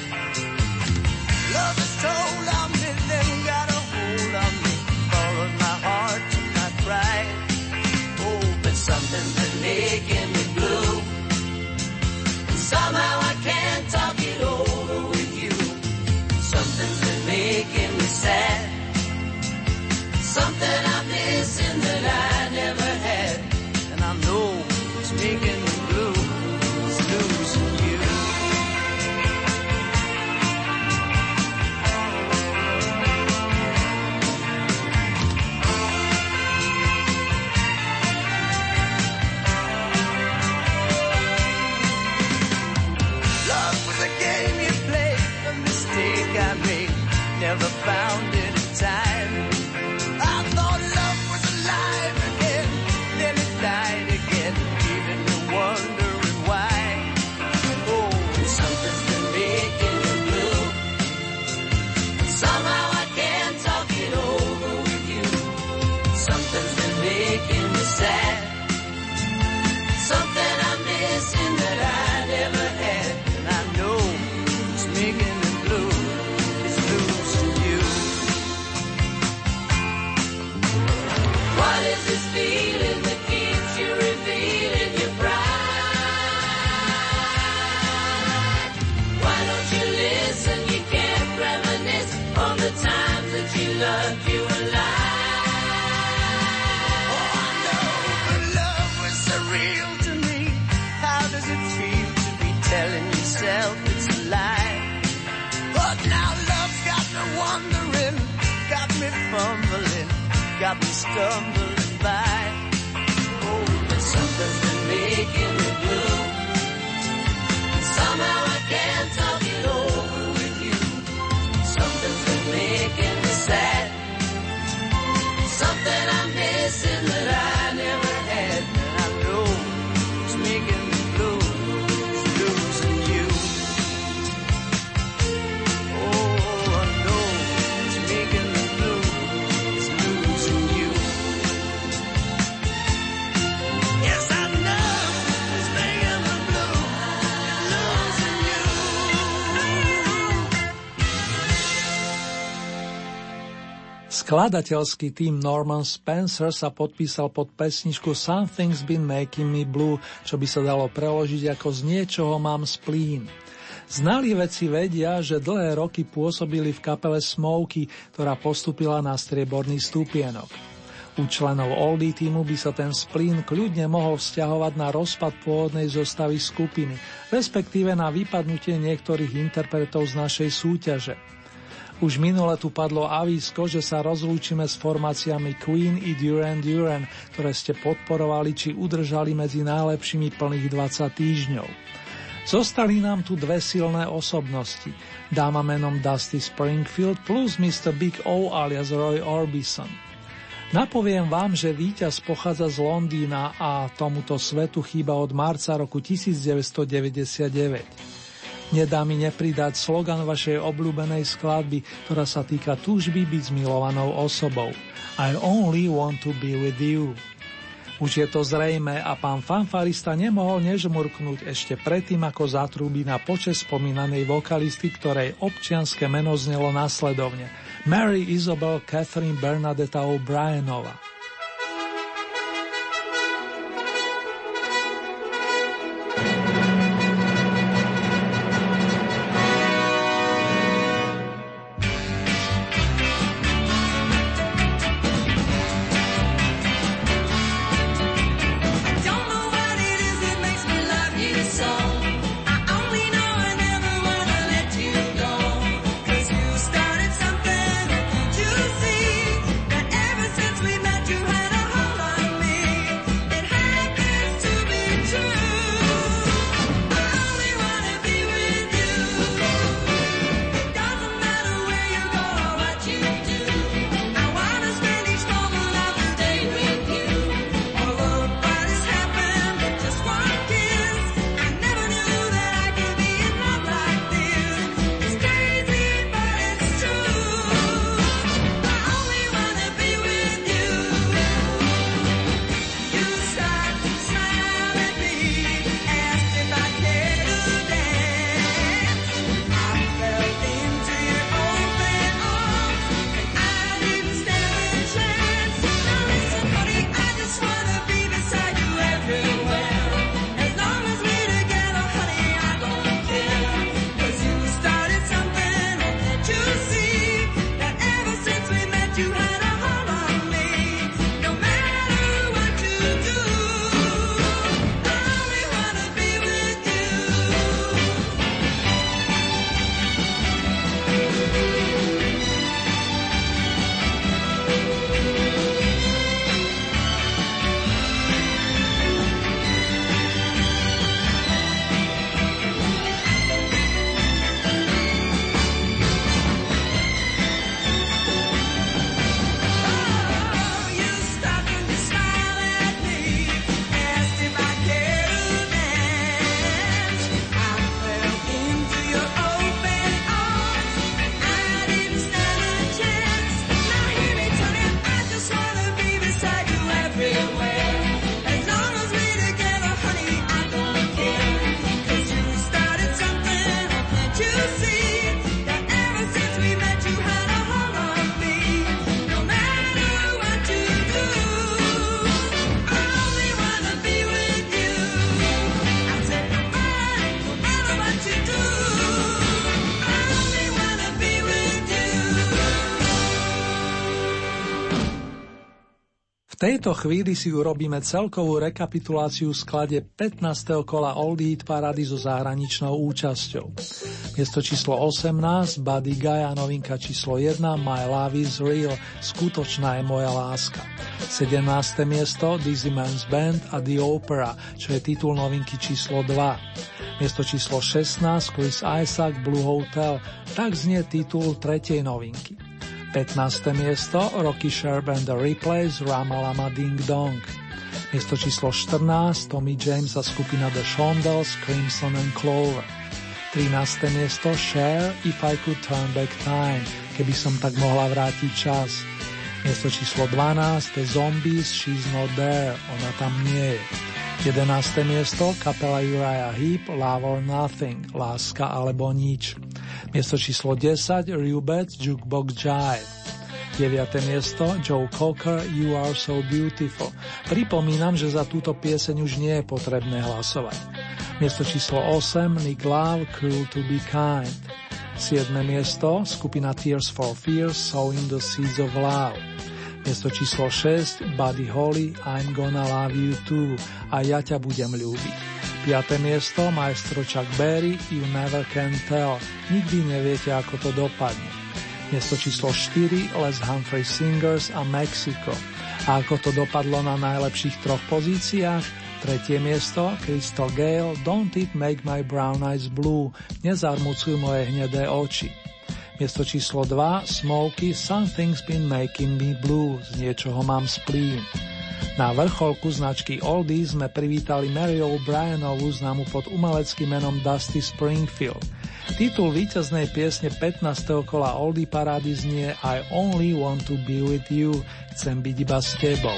Love is told on me, then got a hold on me. Followed my heart to my pride. Oh, but something's been making me blue. And somehow I can't talk it over with you. Something's been making me sad. Something I'm missing that I never had. And I know it's making me blue. It's losing you. fumbling, got me stumbling by. Oh, but something's been making me blue. Somehow I can't talk it over with you. Something's been making me sad. Something I'm missing that I never had. And I know it's making me blue. It's losing you. Oh, I know it's making me blue. It's losing you. Yes, I know it's making me blue. It's losing you. Skladateľský tím Norman Spencer sa podpísal pod pesničku Something's Been Making Me Blue, čo by sa dalo preložiť ako Z niečoho mám splín. Znali veci vedia, že dlhé roky pôsobili v kapele Smokey, ktorá postupila na strieborný stupienok. U členov oldie týmu by sa ten splín kľudne mohol vzťahovať na rozpad pôvodnej zostavy skupiny, respektíve na vypadnutie niektorých interpretov z našej súťaže. Už minule tu padlo avísko, že sa rozlúčime s formáciami Queen i Duran Duran, ktoré ste podporovali či udržali medzi najlepšími plných 20 týždňov. Zostali nám tu dve silné osobnosti. Dáma menom Dusty Springfield plus Mr. Big O alias Roy Orbison. Napoviem vám, že víťaz pochádza z Londýna a tomuto svetu chýba od marca roku 1999. Nedá mi nepridať slogan vašej obľúbenej skladby, ktorá sa týka túžby byť s milovanou osobou. I only want to be with you. Už je to zrejmé a pán fanfarista nemohol nežmurknúť ešte predtým, ako zatrúbi na počesť spomínanej vokalistky, ktorej občianske meno znelo nasledovne. Mary Isabel Catherine Bernadetta O'Brienova. Met you V tejto chvíli si urobíme celkovú rekapituláciu skladieb 15. kola Oldie Hit parády so zahraničnou účasťou. Miesto číslo 18 Buddy Guy a novinka číslo 1 My Love Is Real, skutočná je moja láska. 17. miesto Dizzy Man's Band a The Opera, čo je titul novinky číslo 2. Miesto číslo 16 Chris Isaak Blue Hotel, tak znie titul tretej novinky. 15. miesto Rocky Sherb and the Replays Ramalama Ding Dong. Miesto číslo 14 Tommy James a skupina The Shondells Crimson and Clover. 13. miesto Cher If I Could Turn Back Time, keby som tak mohla vrátiť čas. Miesto číslo 12 The Zombies She's Not There, ona tam nie je. 11. miesto kapela Uriah Heep Love or Nothing, láska alebo nič. Miesto číslo 10 Rubets Jukebox Jive. 9. miesto Joe Cocker You Are So Beautiful. Pripomínam, že za túto pieseň už nie je potrebné hlasovať. Miesto číslo 8 Nick Love Cruel to Be Kind. 7. miesto skupina Tears for Fears Sowing the Seeds of Love. Miesto číslo 6 Buddy Holly I'm Gonna Love You Too a ja ťa budem ľúbiť. 5. miesto maestro Chuck Berry You Never Can Tell, nikdy neviete ako to dopadne. Miesto číslo 4 Les Humphrey Singers a Mexico. A ako to dopadlo na najlepších troch pozíciách? 3. miesto Crystal Gale Don't It Make My Brown Eyes Blue, nezarmucujú moje hnedé oči. Miesto číslo 2 Smokey Something's Been Making Me Blue, z niečoho mám splín. Na vrcholku značky Oldies sme privítali Mary O'Brienovú, známu pod umeleckým menom Dusty Springfield. Titul víťaznej piesne 15. kola Oldie parády znie I Only Want to Be With You, chcem byť iba s tebou.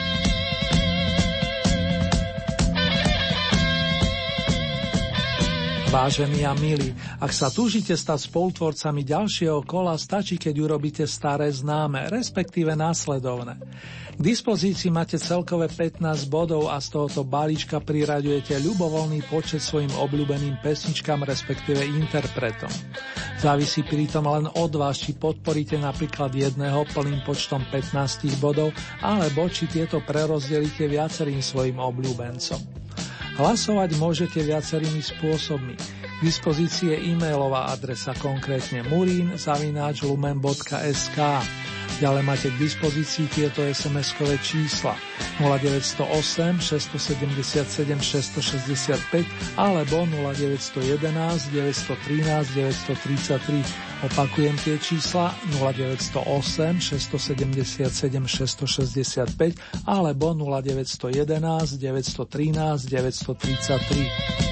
Vážení a milí, ak sa túžite stať spolutvorcami ďalšieho kola, stačí, keď urobíte staré známe, respektíve následovné. K dispozícii máte celkové 15 bodov a z tohoto balíčka priraďujete ľubovoľný počet svojim obľúbeným pesničkám, respektíve interpretom. Závisí pritom len od vás, či podporíte napríklad jedného plným počtom 15 bodov, alebo či tieto prerozdelíte viacerým svojim obľúbencom. Hlasovať môžete viacerými spôsobmi. K dispozícii je e-mailová adresa, konkrétne murin@lumen.sk. Ďalej máte k dispozícii tieto SMS-kové čísla 0908 677 665 alebo 0911 913 933. Opakujem tie čísla 0908 677 665 alebo 0911 913 933.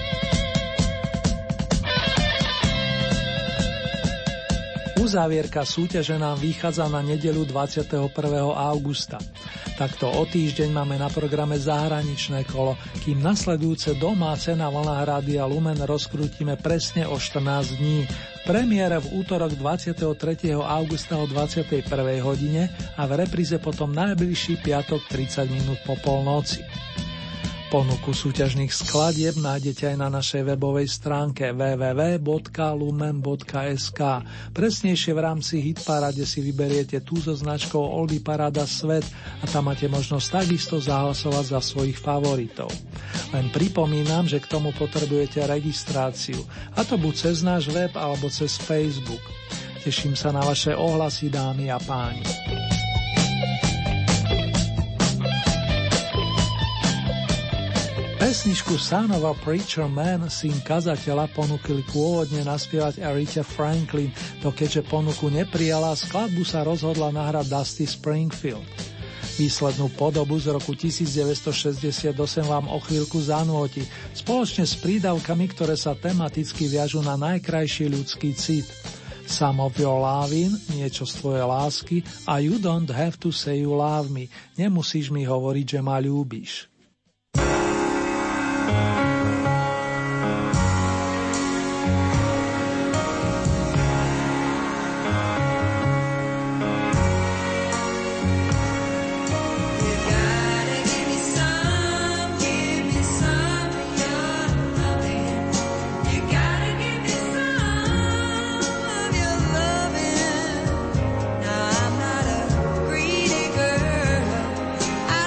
Uzávierka súťaže nám vychádza na nedeľu 21. augusta. Takto o týždeň máme na programe zahraničné kolo, kým nasledujúce domáce na vlnách Rádia Lumen rozkrútime presne o 14 dní. V premiére v útorok 23. augusta o 21. hodine a v repríze potom najbližší piatok 30 minút po polnoci. Ponuku súťažných skladieb nájdete aj na našej webovej stránke www.lumen.sk. Presnejšie v rámci Hitparáde si vyberiete tú so značkou Oldie Paráda Svet a tam máte možnosť takisto zahlasovať za svojich favoritov. Len pripomínam, že k tomu potrebujete registráciu, a to buď cez náš web alebo cez Facebook. Teším sa na vaše ohlasy, dámy a páni. Pesničku Son of a Preacher Man, syn kazateľa, ponúkli pôvodne naspievať Aretha Franklin, to keďže ponuku neprijala, skladbu sa rozhodla nahrať Dusty Springfield. Výslednú podobu z roku 1968 vám o chvíľku zanúti, spoločne s prídavkami, ktoré sa tematicky viažú na najkrajší ľudský cit. Some of your loving, niečo z tvojej lásky, a you don't have to say you love me, nemusíš mi hovoriť, že ma ľúbiš. I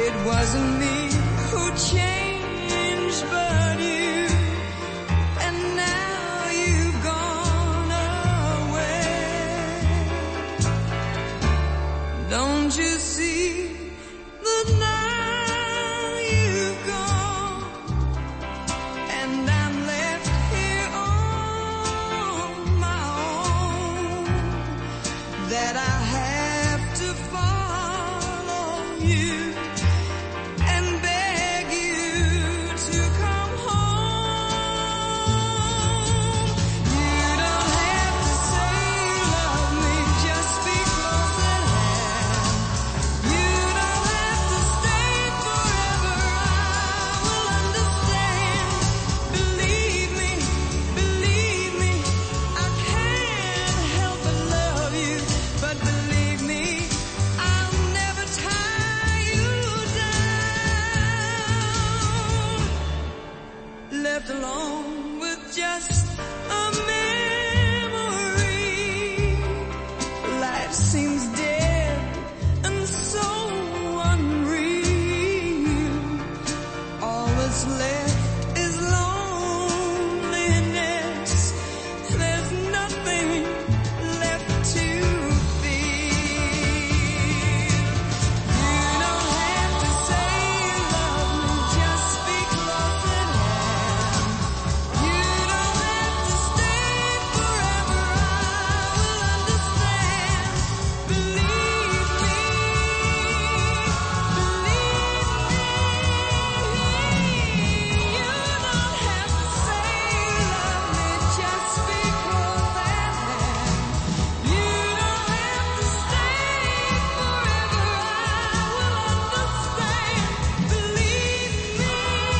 It wasn't me who changed, but you. And now you've gone away. Don't you see that now you've gone, and I'm left here on my own, that I have to follow you and beg you to come home. You don't have to say you love me, just be close at hand. You don't have to stay forever, I will understand. Believe me, I can't help but love you, but believe me, I'll never tie you down. Left alone with just a memory, life seems dead and so unreal. All that's left is loneliness. There's nothing left to feel. You don't have to say you love me, just be close at hand. You don't have to stay forever, I will understand. Believe me, you don't have to say you love me, just be close at hand. You don't have to stay forever, I will understand. Believe me,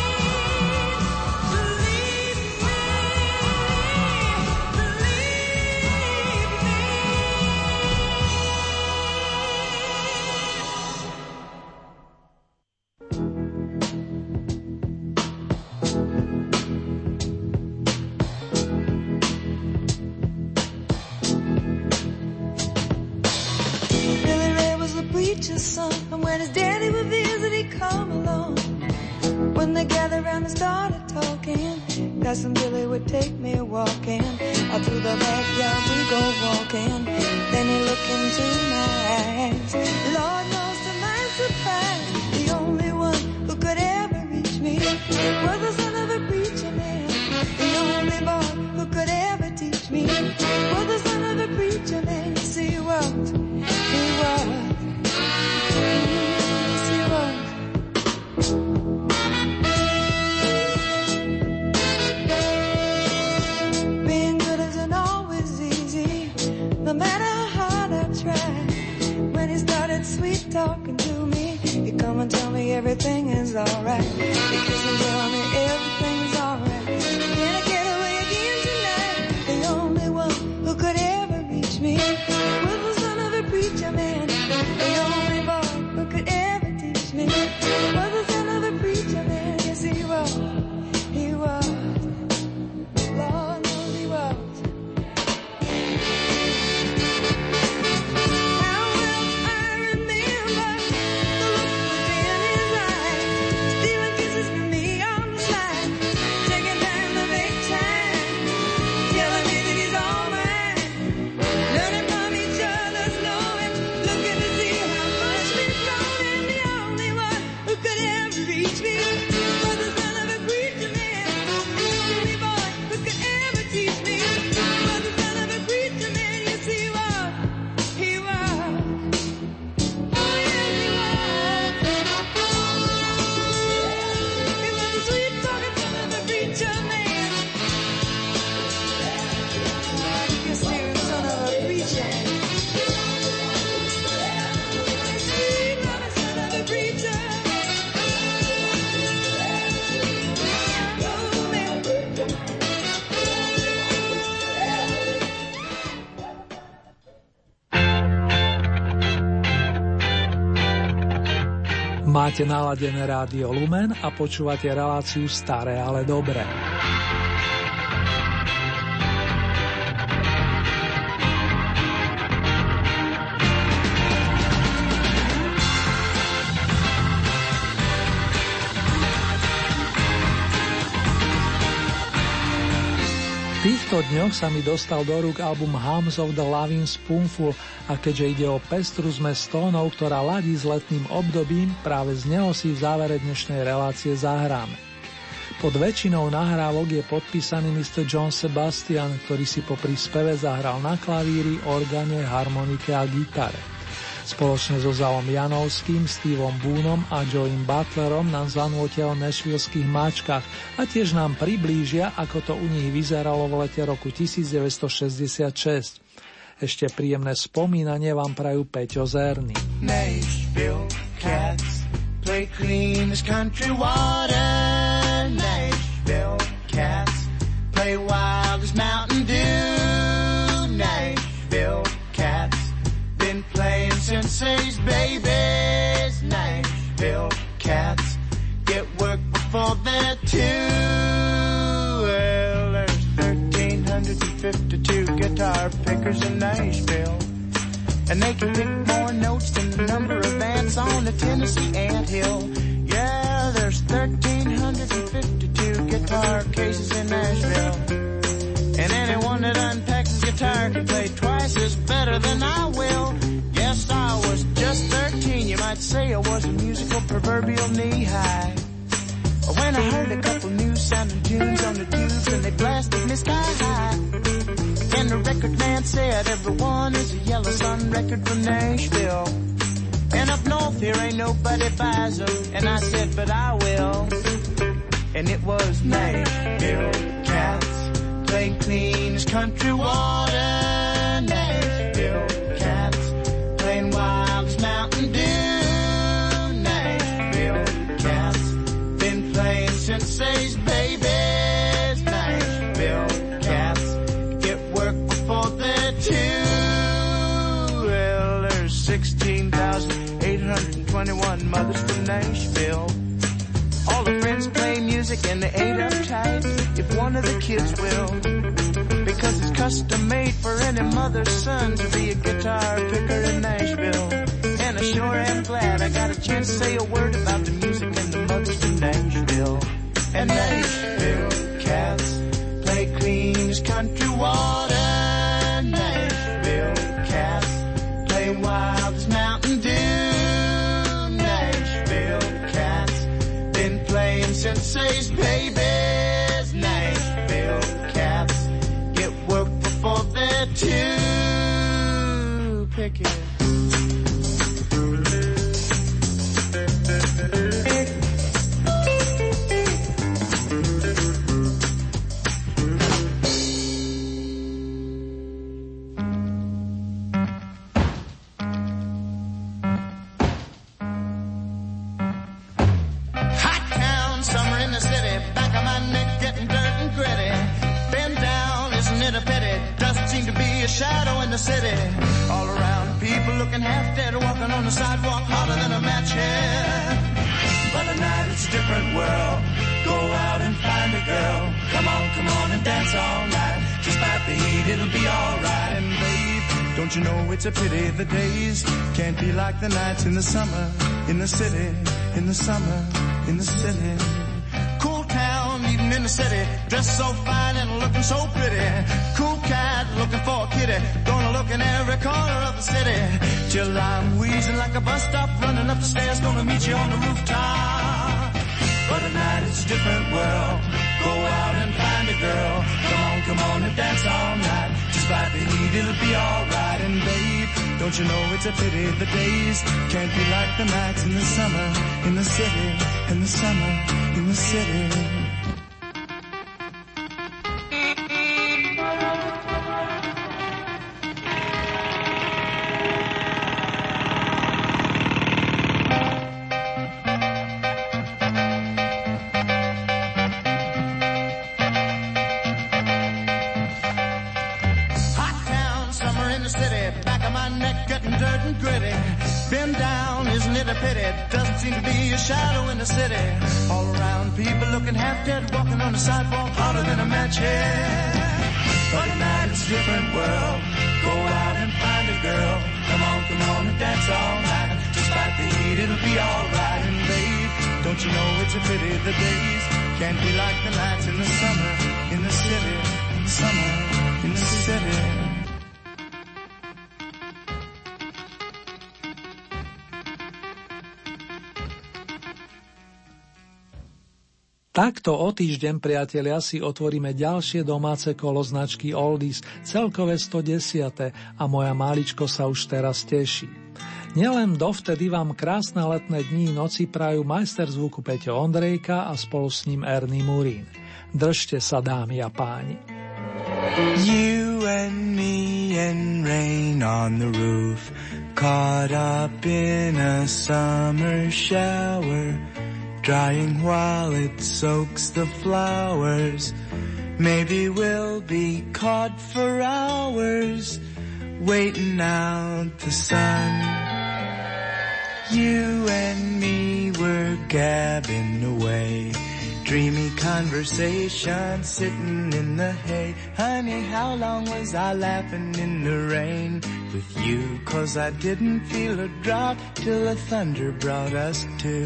Billy Ray was the preacher's son, and when his daddy would visit, he'd come along. When they gathered round and started talking, Cousin Billy would take me walking. Out through the backyard we go walking. Then he looked into my eyes. Lord knows to my surprise, the only one who could ever reach me was the son of a preacher man. The only boy who could ever teach me was the son of a preacher man. Yes, he was. He was. Yes, he was. Being good isn't always easy, no matter how hard I try. When he started sweet talking to me, he'd come and tell me everything is alright. He kiss and tell me everything's alright. Can I get away again tonight? The only one who could ever reach me was the son of a preacher man. The only boy who could ever teach me was the son of a preacher man. Yes, he was. He was. Lord knows he was. How well I remember the look was in his eyes, stealing kisses from me on the slide, taking time to make time, telling me that he's all mine, learning from each other's knowing, looking to see how much we've grown, and the only one who could ever reach me was the son of a preacher man. The only boy who could ever teach me was the son of a preacher man. Yes, he was. He was. Oh, yes, he was. He was the sweet talking son of a preacher man. Yes, he was son of a preacher. Sweet loving son of a preacher. Oh, man. Máte naladené rádio Lumen a počúvate reláciu Staré, ale dobré. týchto dňoch sa mi dostal do rúk album Hums of the Loving Spoonful a keďže ide o pestru zmes tónov, ktorá ladí s letným obdobím, práve z neho si v závere dnešnej relácie zahráme. Pod väčšinou nahrávok je podpísaný Mr. John Sebastian, ktorý si po príspeve zahral na klavíri, organe, harmonike a gitare. Spoločne so Zalom Janovským, Stevom Boonom a Joeym Butlerom nám zanútia o nashvilleských mačkách a tiež nám priblížia, ako to u nich vyzeralo v lete roku 1966. Ešte príjemné spomínanie vám prajú Peťo Zerný. Nashville cats play clean as country water. Nashville cats play wild as Mountain Dew. Nashville cats been playing since they's babies. Nashville cats get work before they're two. Well, there's 1,352 guitar pickers in Nashville, and they can pick more notes than the number of ants on the Tennessee anthill. Yeah, there's 1,352 guitar cases in Nashville, and anyone that unpacks his guitar can play twice as better than I will. Yes, I was just 13, you might say I was a musical proverbial knee-high. When I heard a couple new sounding tunes on the tubes and they blasted me sky high, and the record man said everyone is a Yellow Sun record from Nashville, and up north here ain't nobody buys them, and I said but I will. And it was Nashville cats playing clean as country water. Nashville cats playing wild as Mountain Dew. Nashville cats been playing since they's babies. Nashville cats get work before they're two. Well, there's 16,821 mothers from Nashville. All the friends play music and they ain't uptight if one of the kids will, because it's custom made for any mother's son to be a guitar picker in Nashville. And I sure am glad I got a chance to say a word about the music and the mothers in Nashville. And Nashville cats play clean as country water. Nashville cats play wild as Mountain Dew. Nashville cats been playing since they's babies. Nashville cats get work before they're two. Pick it. Shadow in the city, all around people looking half dead, walking on the sidewalk harder than a match head. But at night it's a different world. Go out and find a girl. Come on and dance all night. Despite the heat, it'll be alright. And babe, don't you know it's a pity the days can't be like the nights in the summer, in the city, in the summer, in the city. Cool town, even in the city, dressed so fine and looking so pretty. Cool cat looking for a kitty, gonna look in every corner of the city, till I'm wheezing like a bus stop, running up the stairs, gonna meet you on the rooftop. But at night it's a different world. Go out and find a girl. Come on and dance all night. Despite the heat, it'll be alright. And babe, don't you know it's a pity the days can't be like the nights in the summer, in the city, in the summer, in the city. Shadow in the city, all around people looking half dead, walking on the sidewalk harder than a match head. But at night it's a different world. Go out and find a girl. Come on and dance all night. Despite the heat, it'll be alright. And babe, don't you know it's a pity the days can't be like the nights in the summer, in the city, summer in the city. Takto o týždeň, priatelia, si otvoríme ďalšie domáce kolo značky Oldies, celkové 110. a moja máličko sa už teraz teší. Nielen dovtedy vám krásne letné dní noci prajú majster zvuku Peťo Ondrejka a spolu s ním Ernie Murín. Držte sa, dámy a páni. You and me and rain on the roof, caught up in a summer shower, drying while it soaks the flowers. Maybe we'll be caught for hours, waiting out the sun. You and me were gabbing away, dreamy conversation sitting in the hay. Honey, how long was I laughing in the rain with you? 'Cause I didn't feel a drought till the thunder brought us to.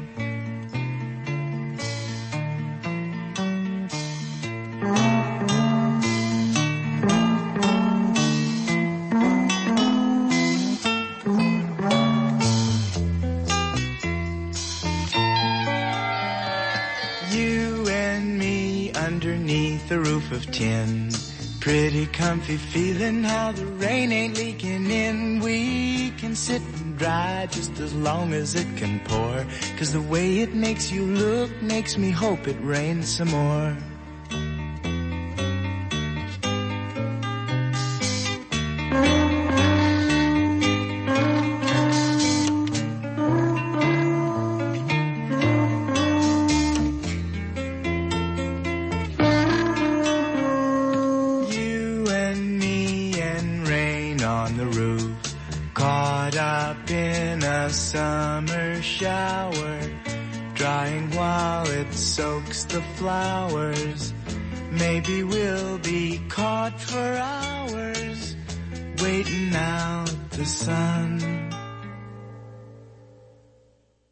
Of tin, pretty comfy feeling how the rain ain't leaking in. We can sit and dry just as long as it can pour, 'cause the way it makes you look makes me hope it rains some more. Summer shower, drying while it soaks the flowers. Maybe we'll be caught for hours, waiting out the sun.